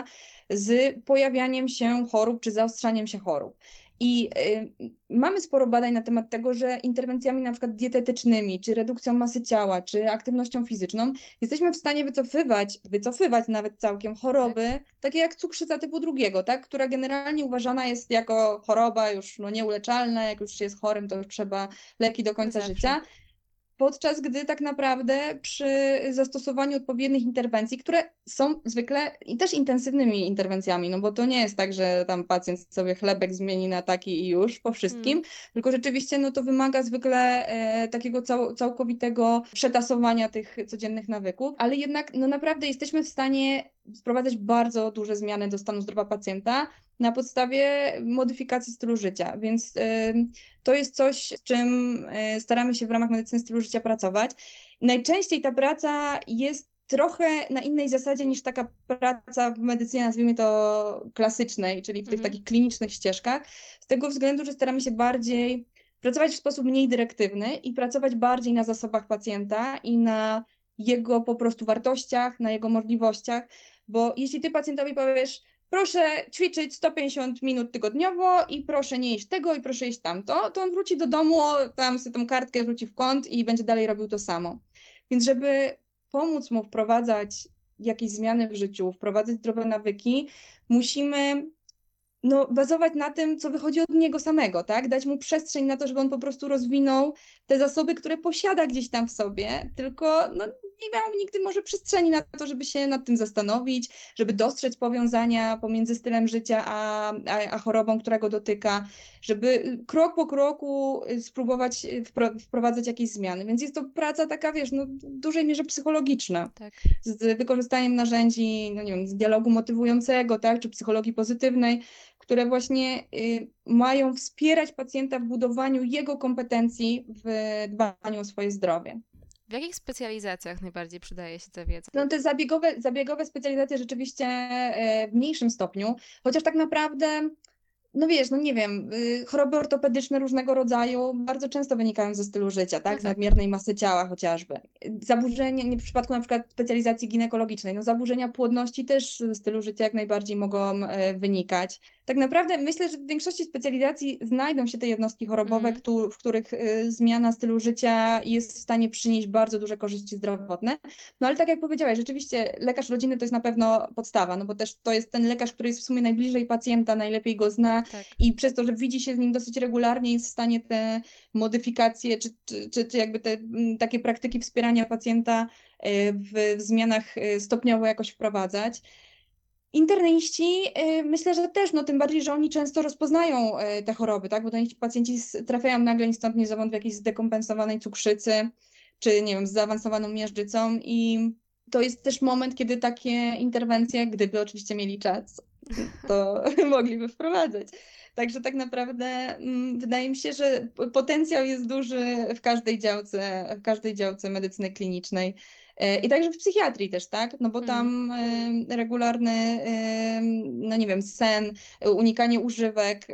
E: z pojawianiem się chorób czy zaostrzaniem się chorób. I mamy sporo badań na temat tego, że interwencjami na przykład dietetycznymi, czy redukcją masy ciała, czy aktywnością fizyczną jesteśmy w stanie wycofywać nawet całkiem choroby, takie jak cukrzyca typu 2, tak? Która generalnie uważana jest jako choroba już nieuleczalna, jak już się jest chorym, to już trzeba leki do końca życia. Podczas gdy tak naprawdę przy zastosowaniu odpowiednich interwencji, które są zwykle i też intensywnymi interwencjami, no bo to nie jest tak, że tam pacjent sobie chlebek zmieni na taki i już po wszystkim, tylko rzeczywiście no to wymaga zwykle takiego całkowitego przetasowania tych codziennych nawyków, ale jednak no naprawdę jesteśmy w stanie wprowadzać bardzo duże zmiany do stanu zdrowia pacjenta na podstawie modyfikacji stylu życia, więc to jest coś, z czym staramy się w ramach medycyny stylu życia pracować. Najczęściej ta praca jest trochę na innej zasadzie niż taka praca w medycynie, nazwijmy to klasycznej, czyli w tych takich klinicznych ścieżkach, z tego względu, że staramy się bardziej pracować w sposób mniej dyrektywny i pracować bardziej na zasobach pacjenta i na jego po prostu wartościach, na jego możliwościach, bo jeśli ty pacjentowi powiesz, proszę ćwiczyć 150 minut tygodniowo i proszę nie jeść tego i proszę jeść tamto, to on wróci do domu, tam sobie tą kartkę wróci w kąt i będzie dalej robił to samo. Więc żeby pomóc mu wprowadzać jakieś zmiany w życiu, wprowadzać zdrowe nawyki, musimy bazować na tym, co wychodzi od niego samego, tak? Dać mu przestrzeń na to, żeby on po prostu rozwinął te zasoby, które posiada gdzieś tam w sobie, tylko nie miał nigdy może przestrzeni na to, żeby się nad tym zastanowić, żeby dostrzec powiązania pomiędzy stylem życia a chorobą, która go dotyka, żeby krok po kroku spróbować wprowadzać jakieś zmiany. Więc jest to praca taka, wiesz, w dużej mierze psychologiczna, z wykorzystaniem narzędzi, nie wiem, z dialogu motywującego, tak, czy psychologii pozytywnej, które właśnie mają wspierać pacjenta w budowaniu jego kompetencji w dbaniu o swoje zdrowie.
A: W jakich specjalizacjach najbardziej przydaje się ta wiedza?
E: Te zabiegowe specjalizacje rzeczywiście w mniejszym stopniu, chociaż tak naprawdę nie wiem, choroby ortopedyczne różnego rodzaju bardzo często wynikają ze stylu życia, tak? Z nadmiernej masy ciała chociażby. Zaburzenia, w przypadku na przykład specjalizacji ginekologicznej, zaburzenia płodności też ze stylu życia jak najbardziej mogą wynikać. Tak naprawdę myślę, że w większości specjalizacji znajdą się te jednostki chorobowe, w których zmiana stylu życia jest w stanie przynieść bardzo duże korzyści zdrowotne. Ale tak jak powiedziałaś, rzeczywiście lekarz rodzinny to jest na pewno podstawa, bo też to jest ten lekarz, który jest w sumie najbliżej pacjenta, najlepiej go zna i przez to, że widzi się z nim dosyć regularnie, jest w stanie te modyfikacje czy jakby te takie praktyki wspierania pacjenta w zmianach stopniowo jakoś wprowadzać. Interniści, myślę, że też, no tym bardziej, że oni często rozpoznają te choroby, tak? Bo to pacjenci trafiają nagle ni stąd ni zowąd w jakiejś zdekompensowanej cukrzycy, czy nie wiem, z zaawansowaną miażdżycą i to jest też moment, kiedy takie interwencje, gdyby oczywiście mieli czas, to mogliby wprowadzać. Także tak naprawdę wydaje mi się, że potencjał jest duży w każdej działce medycyny klinicznej. I także w psychiatrii też, tak? No bo tam regularny, no nie wiem, sen, unikanie używek,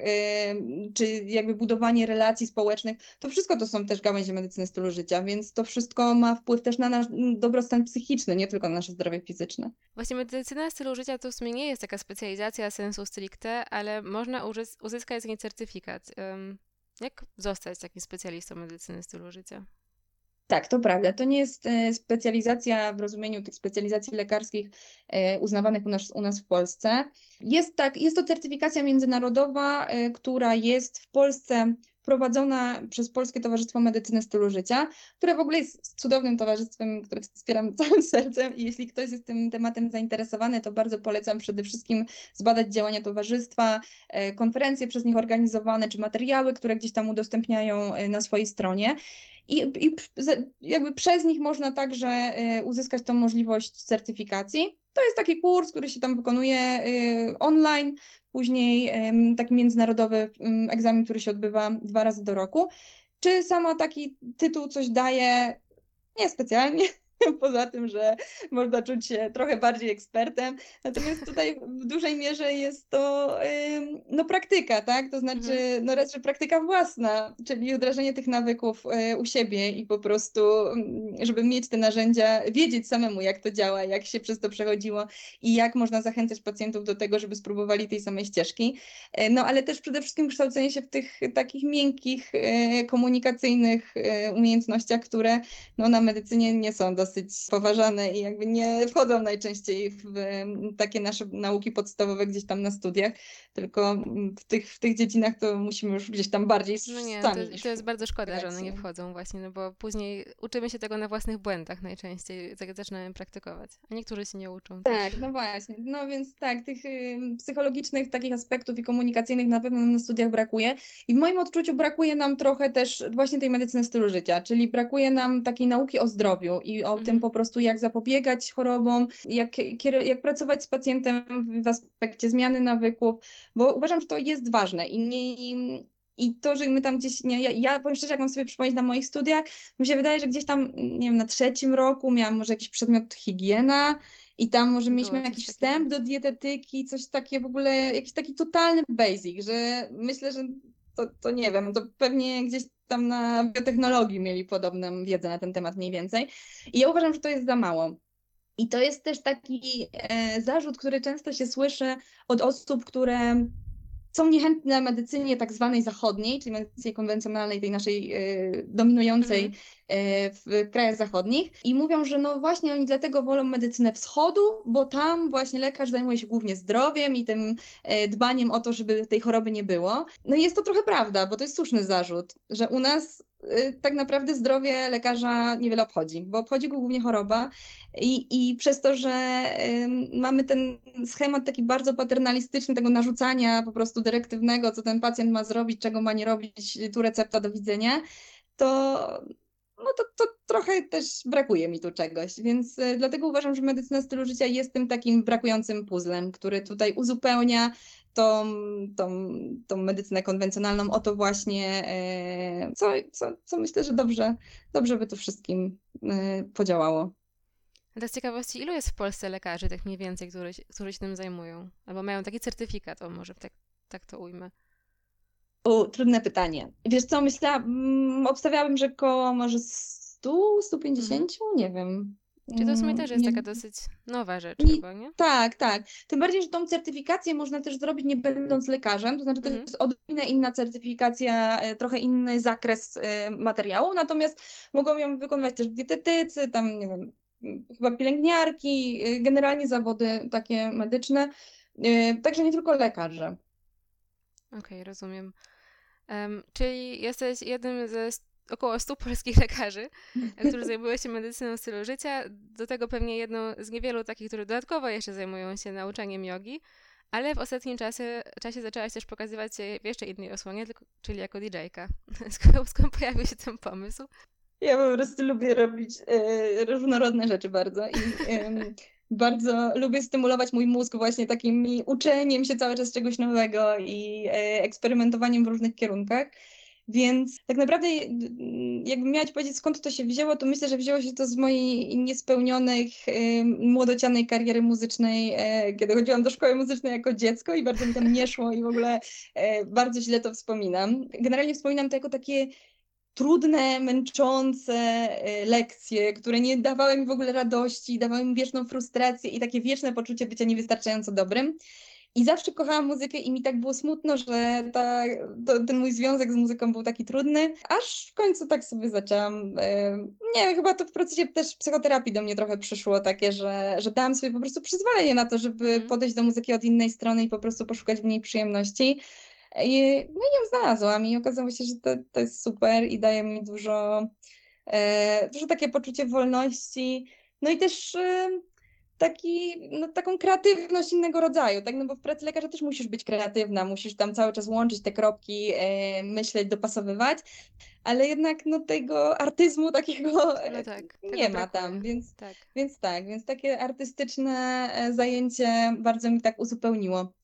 E: czy jakby budowanie relacji społecznych, to wszystko to są też gałęzie medycyny stylu życia, więc to wszystko ma wpływ też na nasz dobrostan psychiczny, nie tylko na nasze zdrowie fizyczne.
A: Właśnie medycyna stylu życia to w sumie nie jest taka specjalizacja sensu stricte, ale można uzyskać z niej certyfikat. Jak zostać takim specjalistą medycyny stylu życia?
E: Tak, to prawda. To nie jest specjalizacja w rozumieniu tych specjalizacji lekarskich uznawanych u nas w Polsce. Jest to certyfikacja międzynarodowa, która jest w Polsce prowadzona przez Polskie Towarzystwo Medycyny Stylu Życia, które w ogóle jest cudownym towarzystwem, które wspieram całym sercem i jeśli ktoś jest tym tematem zainteresowany, to bardzo polecam przede wszystkim zbadać działania towarzystwa, konferencje przez nich organizowane, czy materiały, które gdzieś tam udostępniają na swojej stronie. I jakby przez nich można także uzyskać tą możliwość certyfikacji. To jest taki kurs, który się tam wykonuje online, później taki międzynarodowy egzamin, który się odbywa 2 razy do roku. Czy sama taki tytuł coś daje? Niespecjalnie. Poza tym, że można czuć się trochę bardziej ekspertem. Natomiast tutaj w dużej mierze jest to no, praktyka, tak? To znaczy, no raz, że praktyka własna, czyli wdrażanie tych nawyków u siebie i po prostu, żeby mieć te narzędzia, wiedzieć samemu, jak to działa, jak się przez to przechodziło i jak można zachęcać pacjentów do tego, żeby spróbowali tej samej ścieżki. No ale też przede wszystkim kształcenie się w tych takich miękkich, komunikacyjnych umiejętnościach, które no, na medycynie nie są dosyć poważane i jakby nie wchodzą najczęściej w takie nasze nauki podstawowe gdzieś tam na studiach, tylko w tych dziedzinach to musimy już gdzieś tam bardziej
A: No nie,
E: sami.
A: to jest bardzo szkoda, że one nie wchodzą właśnie, no bo później uczymy się tego na własnych błędach najczęściej, jak zaczynamy praktykować, a niektórzy się nie uczą.
E: Tak, no właśnie. No więc tak, tych psychologicznych takich aspektów i komunikacyjnych na pewno nam na studiach brakuje. I w moim odczuciu brakuje nam trochę też właśnie tej medycyny stylu życia, czyli brakuje nam takiej nauki o zdrowiu i o tym po prostu, jak zapobiegać chorobom, jak pracować z pacjentem w aspekcie zmiany nawyków, bo uważam, że to jest ważne i to, że my tam gdzieś, nie, ja powiem szczerze, jak mam sobie przypomnieć na moich studiach, mi się wydaje, że gdzieś tam, nie wiem, na 3. roku miałam może jakiś przedmiot higiena i tam może mieliśmy jakiś wstęp do dietetyki, coś takie w ogóle, jakiś taki totalny basic, że myślę, że to nie wiem, to pewnie gdzieś tam na biotechnologii mieli podobną wiedzę na ten temat mniej więcej. I ja uważam, że to jest za mało. I to jest też taki zarzut, który często się słyszy od osób, które są niechętne medycynie tak zwanej zachodniej, czyli medycynie konwencjonalnej, tej naszej dominującej w krajach zachodnich i mówią, że no właśnie oni dlatego wolą medycynę wschodu, bo tam właśnie lekarz zajmuje się głównie zdrowiem i tym dbaniem o to, żeby tej choroby nie było. No i jest to trochę prawda, bo to jest słuszny zarzut, że u nas tak naprawdę zdrowie lekarza niewiele obchodzi, bo obchodzi go głównie choroba i przez to, że mamy ten schemat taki bardzo paternalistyczny, tego narzucania po prostu dyrektywnego, co ten pacjent ma zrobić, czego ma nie robić, tu recepta, do widzenia, to no to trochę też brakuje mi tu czegoś, więc dlatego uważam, że medycyna stylu życia jest tym takim brakującym puzzlem, który tutaj uzupełnia tą medycynę konwencjonalną o to właśnie, co myślę, że dobrze by tu wszystkim podziałało.
A: A z ciekawości, ilu jest w Polsce lekarzy, tak mniej więcej, którzy się tym zajmują? Albo mają taki certyfikat, o może tak to ujmę.
E: Trudne pytanie. Wiesz co, obstawiałabym, że koło może 100, 150, nie wiem.
A: Czy to w sumie też jest taka dosyć nowa rzecz chyba, nie?
E: Tak, tak. Tym bardziej, że tą certyfikację można też zrobić nie będąc lekarzem, to znaczy to jest odrobinę inna certyfikacja, trochę inny zakres materiału, natomiast mogą ją wykonywać też dietetycy, tam nie wiem, chyba pielęgniarki, generalnie zawody takie medyczne, także nie tylko lekarze.
A: Okej, rozumiem. Czyli jesteś jednym ze około 100 polskich lekarzy, którzy zajmują się medycyną stylu życia. Do tego pewnie jedną z niewielu takich, którzy dodatkowo jeszcze zajmują się nauczaniem jogi. Ale w ostatnim czasie zaczęłaś też pokazywać się w jeszcze innej osłonie, czyli jako DJ-ka. Skąd pojawił się ten pomysł?
E: Ja po prostu lubię robić różnorodne rzeczy bardzo i bardzo lubię stymulować mój mózg właśnie takim uczeniem się cały czas czegoś nowego i eksperymentowaniem w różnych kierunkach. Więc tak naprawdę jakbym miała ci powiedzieć, skąd to się wzięło, to myślę, że wzięło się to z mojej niespełnionej, młodocianej kariery muzycznej, kiedy chodziłam do szkoły muzycznej jako dziecko i bardzo mi tam nie szło i w ogóle bardzo źle to wspominam. Generalnie wspominam to jako takie trudne, męczące lekcje, które nie dawały mi w ogóle radości, dawały mi wieczną frustrację i takie wieczne poczucie bycia niewystarczająco dobrym. I zawsze kochałam muzykę i mi tak było smutno, że ten mój związek z muzyką był taki trudny, aż w końcu tak sobie zaczęłam. Nie wiem, chyba to w procesie też psychoterapii do mnie trochę przyszło takie, że dałam sobie po prostu przyzwolenie na to, żeby podejść do muzyki od innej strony i po prostu poszukać w niej przyjemności. No i ją znalazłam i okazało się, że to jest super i daje mi dużo takie poczucie wolności, no i też taką kreatywność innego rodzaju, tak? No bo w pracy lekarza też musisz być kreatywna, musisz tam cały czas łączyć te kropki, myśleć, dopasowywać, ale jednak tego artyzmu takiego nie ma tam, więc takie artystyczne zajęcie bardzo mi tak uzupełniło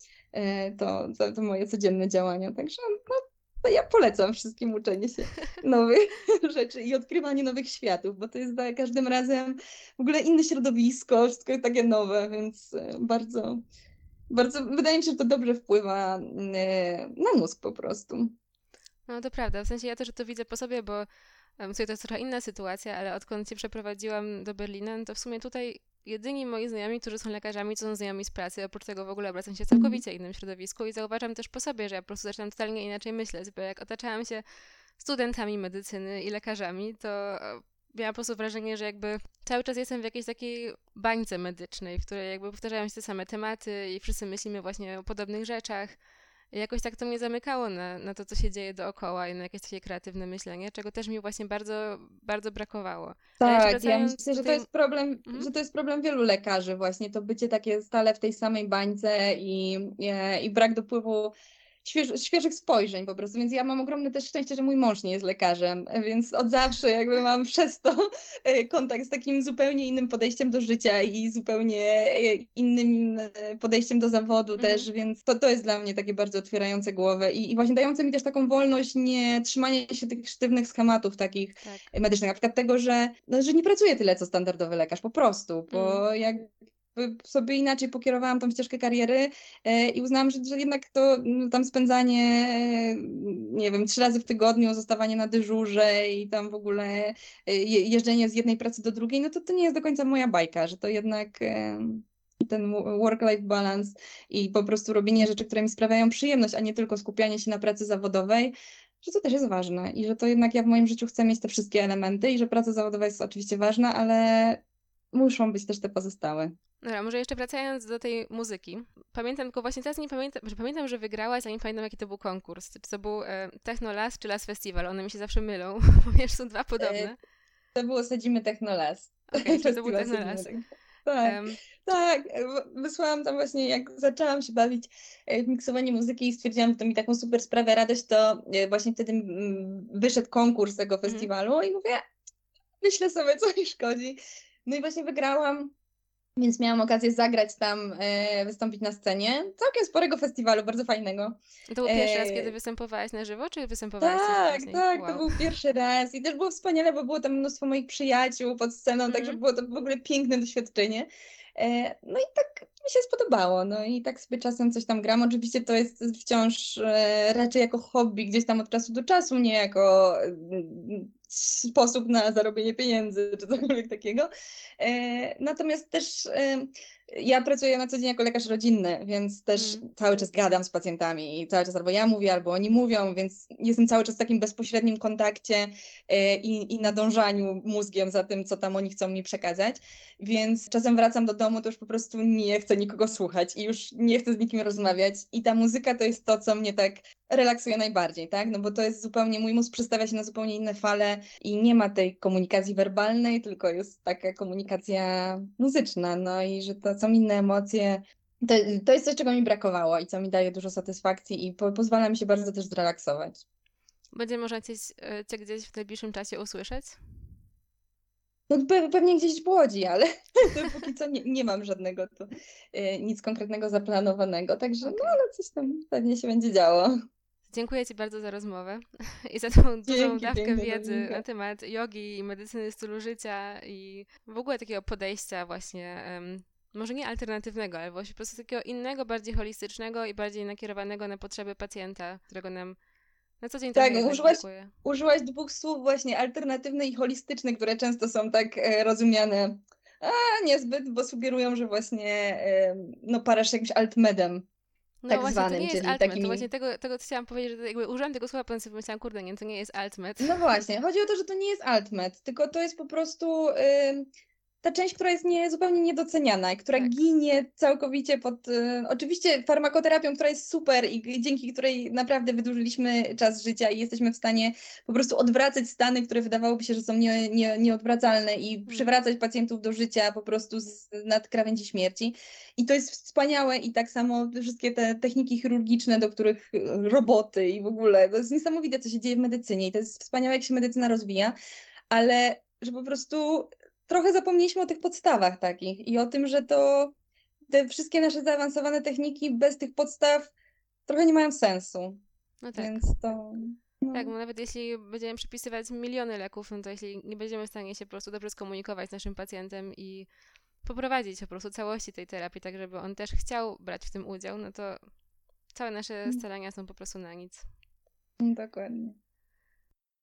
E: to moje codzienne działania, także to ja polecam wszystkim uczenie się nowych rzeczy i odkrywanie nowych światów, bo to jest za każdym razem w ogóle inne środowisko, wszystko jest takie nowe, więc bardzo, bardzo wydaje mi się, że to dobrze wpływa na mózg po prostu.
A: No to prawda, w sensie ja też to widzę po sobie, bo to jest trochę inna sytuacja, ale odkąd się przeprowadziłam do Berlina, no to w sumie tutaj jedyni moi znajomi, którzy są lekarzami, to są znajomi z pracy. Oprócz tego w ogóle obracam się w całkowicie innym środowisku i zauważam też po sobie, że ja po prostu zaczynam totalnie inaczej myśleć, bo jak otaczałam się studentami medycyny i lekarzami, to miałam po prostu wrażenie, że jakby cały czas jestem w jakiejś takiej bańce medycznej, w której jakby powtarzają się te same tematy i wszyscy myślimy właśnie o podobnych rzeczach. I jakoś tak to mnie zamykało na to, co się dzieje dookoła i na jakieś takie kreatywne myślenie, czego też mi właśnie bardzo, bardzo brakowało.
E: Tak, ja myślę, że to jest problem, że to jest problem wielu lekarzy właśnie, to bycie takie stale w tej samej bańce i brak dopływu świeżych spojrzeń po prostu, więc ja mam ogromne też szczęście, że mój mąż nie jest lekarzem, więc od zawsze jakby mam przez to kontakt z takim zupełnie innym podejściem do życia i zupełnie innym podejściem do zawodu też, więc to jest dla mnie takie bardzo otwierające głowę i właśnie dające mi też taką wolność nie trzymania się tych sztywnych schematów takich medycznych, na przykład tego, że nie pracuję tyle co standardowy lekarz, po prostu, bo jak sobie inaczej pokierowałam tą ścieżkę kariery i uznałam, że jednak to tam spędzanie, nie wiem, 3 razy w tygodniu, zostawanie na dyżurze i tam w ogóle jeżdżenie z jednej pracy do drugiej, no to nie jest do końca moja bajka, że to jednak ten work-life balance i po prostu robienie rzeczy, które mi sprawiają przyjemność, a nie tylko skupianie się na pracy zawodowej, że to też jest ważne i że to jednak ja w moim życiu chcę mieć te wszystkie elementy i że praca zawodowa jest oczywiście ważna, ale muszą być też te pozostałe.
A: Dobra, może jeszcze wracając do tej muzyki. Pamiętam, tylko właśnie teraz nie pamiętam, że pamiętam, że wygrałaś, ale nie pamiętam, jaki to był konkurs. Czy to był Techno-Las czy Las Festival? One mi się zawsze mylą, ponieważ są dwa podobne.
E: To było Sadzimy Techno-Las.
A: Okej, to był Techno-Las.
E: Tak. Wysłałam tam właśnie, jak zaczęłam się bawić w miksowanie muzyki i stwierdziłam, że to mi taką super sprawia radość, to właśnie wtedy wyszedł konkurs tego festiwalu i mówię, myślę sobie, co mi szkodzi. No i właśnie wygrałam. Więc miałam okazję zagrać tam, wystąpić na scenie. Całkiem sporego festiwalu, bardzo fajnego.
A: To był pierwszy raz, kiedy występowałaś na żywo, czy występowałaś coś wcześniej?
E: Tak, wow. To był pierwszy raz i też było wspaniale, bo było tam mnóstwo moich przyjaciół pod sceną, także było to w ogóle piękne doświadczenie. No i tak mi się spodobało, no i tak sobie czasem coś tam gram. Oczywiście to jest wciąż raczej jako hobby, gdzieś tam od czasu do czasu, nie jako sposób na zarobienie pieniędzy czy cokolwiek takiego. Natomiast też ja pracuję na co dzień jako lekarz rodzinny, więc też cały czas gadam z pacjentami i cały czas albo ja mówię, albo oni mówią, więc jestem cały czas w takim bezpośrednim kontakcie i nadążaniu mózgiem za tym, co tam oni chcą mi przekazać. Więc czasem wracam do domu, to już po prostu nie chcę chcę nikogo słuchać i już nie chcę z nikim rozmawiać i ta muzyka to jest to, co mnie tak relaksuje najbardziej, tak? No bo to jest zupełnie, mój mózg przestawia się na zupełnie inne fale i nie ma tej komunikacji werbalnej, tylko jest taka komunikacja muzyczna, no i że to są inne emocje. To jest coś, czego mi brakowało i co mi daje dużo satysfakcji i pozwala mi się bardzo też zrelaksować.
A: Będzie można Cię gdzieś w najbliższym czasie usłyszeć?
E: No pewnie gdzieś w Łodzi, ale póki co nie mam żadnego nic konkretnego zaplanowanego, także no ale coś tam pewnie się będzie działo.
A: Dziękuję Ci bardzo za rozmowę i za tą dużą dawkę
E: pięknie,
A: wiedzy
E: Dominika.
A: na temat jogi i medycyny stylu życia i w ogóle takiego podejścia właśnie, może nie alternatywnego, ale właśnie po prostu takiego innego, bardziej holistycznego i bardziej nakierowanego na potrzeby pacjenta, którego nam na co dzień
E: Tak,
A: trochę jednak brakuje.
E: użyłaś dwóch słów właśnie, alternatywny i holistyczny, które często są tak rozumiane niezbyt, bo sugerują, że właśnie parasz jakimś altmedem.
A: No
E: Tak
A: właśnie,
E: zwanym,
A: to nie jest
E: czyli
A: altmed,
E: takimi...
A: to właśnie tego chciałam powiedzieć, że jakby użyłam tego słowa, potem sobie pomyślałam, kurde, nie, to nie jest altmed.
E: No właśnie, chodzi o to, że to nie jest altmed, tylko to jest po prostu ta część, która jest zupełnie niedoceniana i która
A: Tak.
E: ginie całkowicie pod oczywiście farmakoterapią, która jest super i dzięki której naprawdę wydłużyliśmy czas życia i jesteśmy w stanie po prostu odwracać stany, które wydawałoby się, że są nieodwracalne i przywracać pacjentów do życia po prostu nad krawędzi śmierci. I to jest wspaniałe i tak samo wszystkie te techniki chirurgiczne, do których roboty i w ogóle, to jest niesamowite, co się dzieje w medycynie i to jest wspaniałe, jak się medycyna rozwija, ale że po prostu trochę zapomnieliśmy o tych podstawach takich i o tym, że te wszystkie nasze zaawansowane techniki bez tych podstaw trochę nie mają sensu.
A: No tak.
E: Więc to... No.
A: Tak, bo nawet jeśli będziemy przepisywać miliony leków, no to jeśli nie będziemy w stanie się po prostu dobrze skomunikować z naszym pacjentem i poprowadzić po prostu całości tej terapii, tak żeby on też chciał brać w tym udział, no to całe nasze starania są po prostu na nic.
E: Dokładnie.